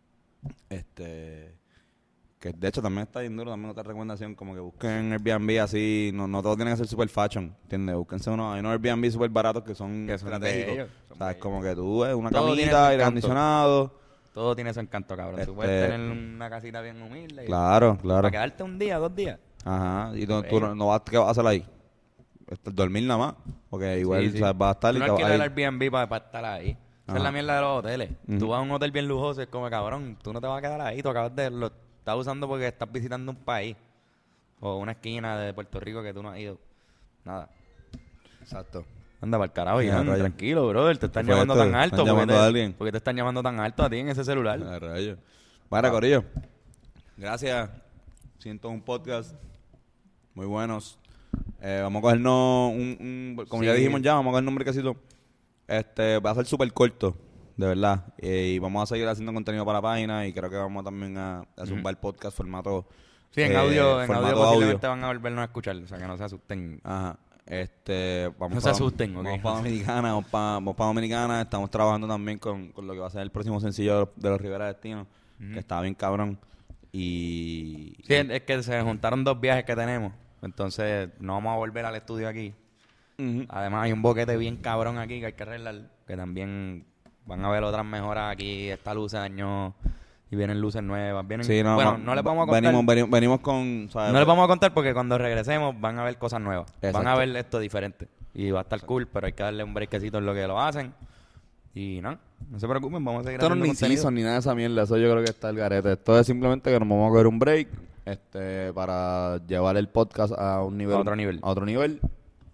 A: Que de hecho también está bien duro, también otra recomendación, como que busquen Airbnb así, no todo tiene que ser super fashion, ¿entiendes? Búsquense hay unos Airbnb super baratos que son estratégicos.
B: bellos,
A: O sea, es como que tú una
B: Todo tiene su
A: camita, aire
B: encanto.
A: acondicionado.
B: Todo tiene su encanto, cabrón. Tú puedes tener una casita bien humilde.
A: Claro.
B: Para quedarte un día, 2 días.
A: Ajá. Y tú no vas, ¿qué vas a hacer ahí? Dormir nada más. Porque igual
B: Sí, sí.
A: o sea, vas a estar
B: Tú
A: y
B: no
A: te vas
B: alquilas
A: a
B: el
A: ir.
B: Airbnb para estar ahí. Esa es la mierda de los hoteles. Tú vas a un hotel bien lujoso y es como, cabrón, tú no te vas a quedar ahí. Tú lo estás usando porque estás visitando un país. O una esquina de Puerto Rico que tú no has ido. Nada.
A: Exacto.
B: Anda para el carajo,
A: Mira,
B: Iván,
A: rayo.
B: tranquilo, brother. Te están
A: ¿Qué fue
B: llamando
A: esto?
B: tan alto.
A: ¿Están llamando a alguien?
B: ¿Por qué te están llamando tan alto a ti en ese celular?
A: A rayos. Vale, Corillo. Gracias. Siento un podcast muy buenos. Vamos a cogernos como ya
B: Sí.
A: dijimos ya, vamos a cogernos un brequecito. Va a ser súper corto, de verdad. Y vamos a seguir haciendo contenido para la página y creo que vamos también a zumbar el podcast formato.
B: Sí, en audio
A: formato
B: posiblemente van a volvernos a escuchar. O sea, que no se asusten.
A: Ajá. Vamos
B: No se asusten, ¿ok?
A: Vamos para Dominicana, vamos para Dominicana. Estamos trabajando también con lo que va a ser el próximo sencillo de los Rivera Destino, que está bien cabrón. Y
B: Sí, es que se juntaron 2 viajes que tenemos. Entonces, no vamos a volver al estudio aquí.
A: Ujú.
B: Además, hay un boquete bien cabrón aquí que hay que arreglar. Que también van a ver otras mejoras aquí. Esta luz se dañó y vienen luces nuevas.
A: Sí, no,
B: bueno, no les vamos a contar.
A: Venimos con... ¿sabes?
B: No les vamos a contar porque cuando regresemos van a ver cosas nuevas.
A: Exacto.
B: Van a ver esto diferente. Y va a estar cool, pero hay que darle un breakcito en lo que lo hacen. Y no se preocupen, vamos a seguir
A: Esto no es
B: haciendo
A: ni
B: contenido.
A: season ni nada de esa mierda. Eso yo creo que está el garete. Esto es simplemente que nos vamos a coger un break para llevar el podcast a un nivel...
B: A otro nivel.
A: A otro nivel.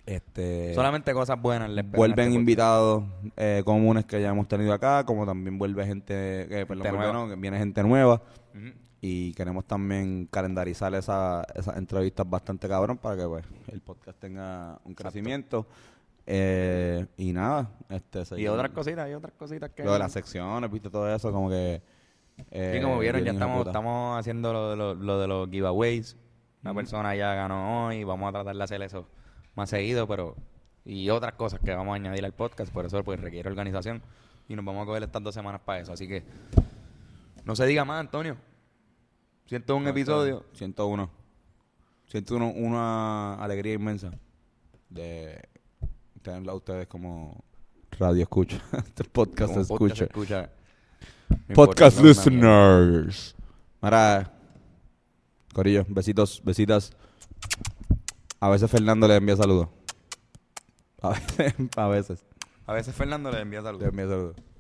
B: Solamente cosas buenas les esperan
A: Vuelven
B: a este
A: invitados comunes que ya hemos tenido acá, como también vuelve gente, que viene gente nueva.
B: podcast. Ujú.
A: Y queremos también calendarizar esas entrevistas bastante cabrón para que pues el podcast tenga un crecimiento. Y nada,
B: Y
A: seguir-
B: otras cositas que...
A: lo de las secciones, viste, todo eso, como que...
B: Sí, como vieron, ya
A: bien hijo de puta.
B: estamos haciendo lo de los giveaways. Una persona ya ganó hoy, vamos a tratar de hacer eso más seguido, pero... Y otras cosas que vamos a añadir al podcast, por eso pues requiere organización. Y nos vamos a coger estas 2 semanas para eso, así que... No se diga más, Antonio. 101 episodio.
A: 101. 101, una alegría inmensa de tenerla a ustedes como radio escucha. Este podcast
B: Como
A: se
B: podcast se
A: escucha.
B: escucha. No
A: Podcast
B: importa, no, una mierda.
A: listeners. Mara, Corillo, besitos, besitas. A veces Fernando le envía saludos. A veces
B: A veces Fernando le envía
A: le
B: saludos.
A: envía saludos.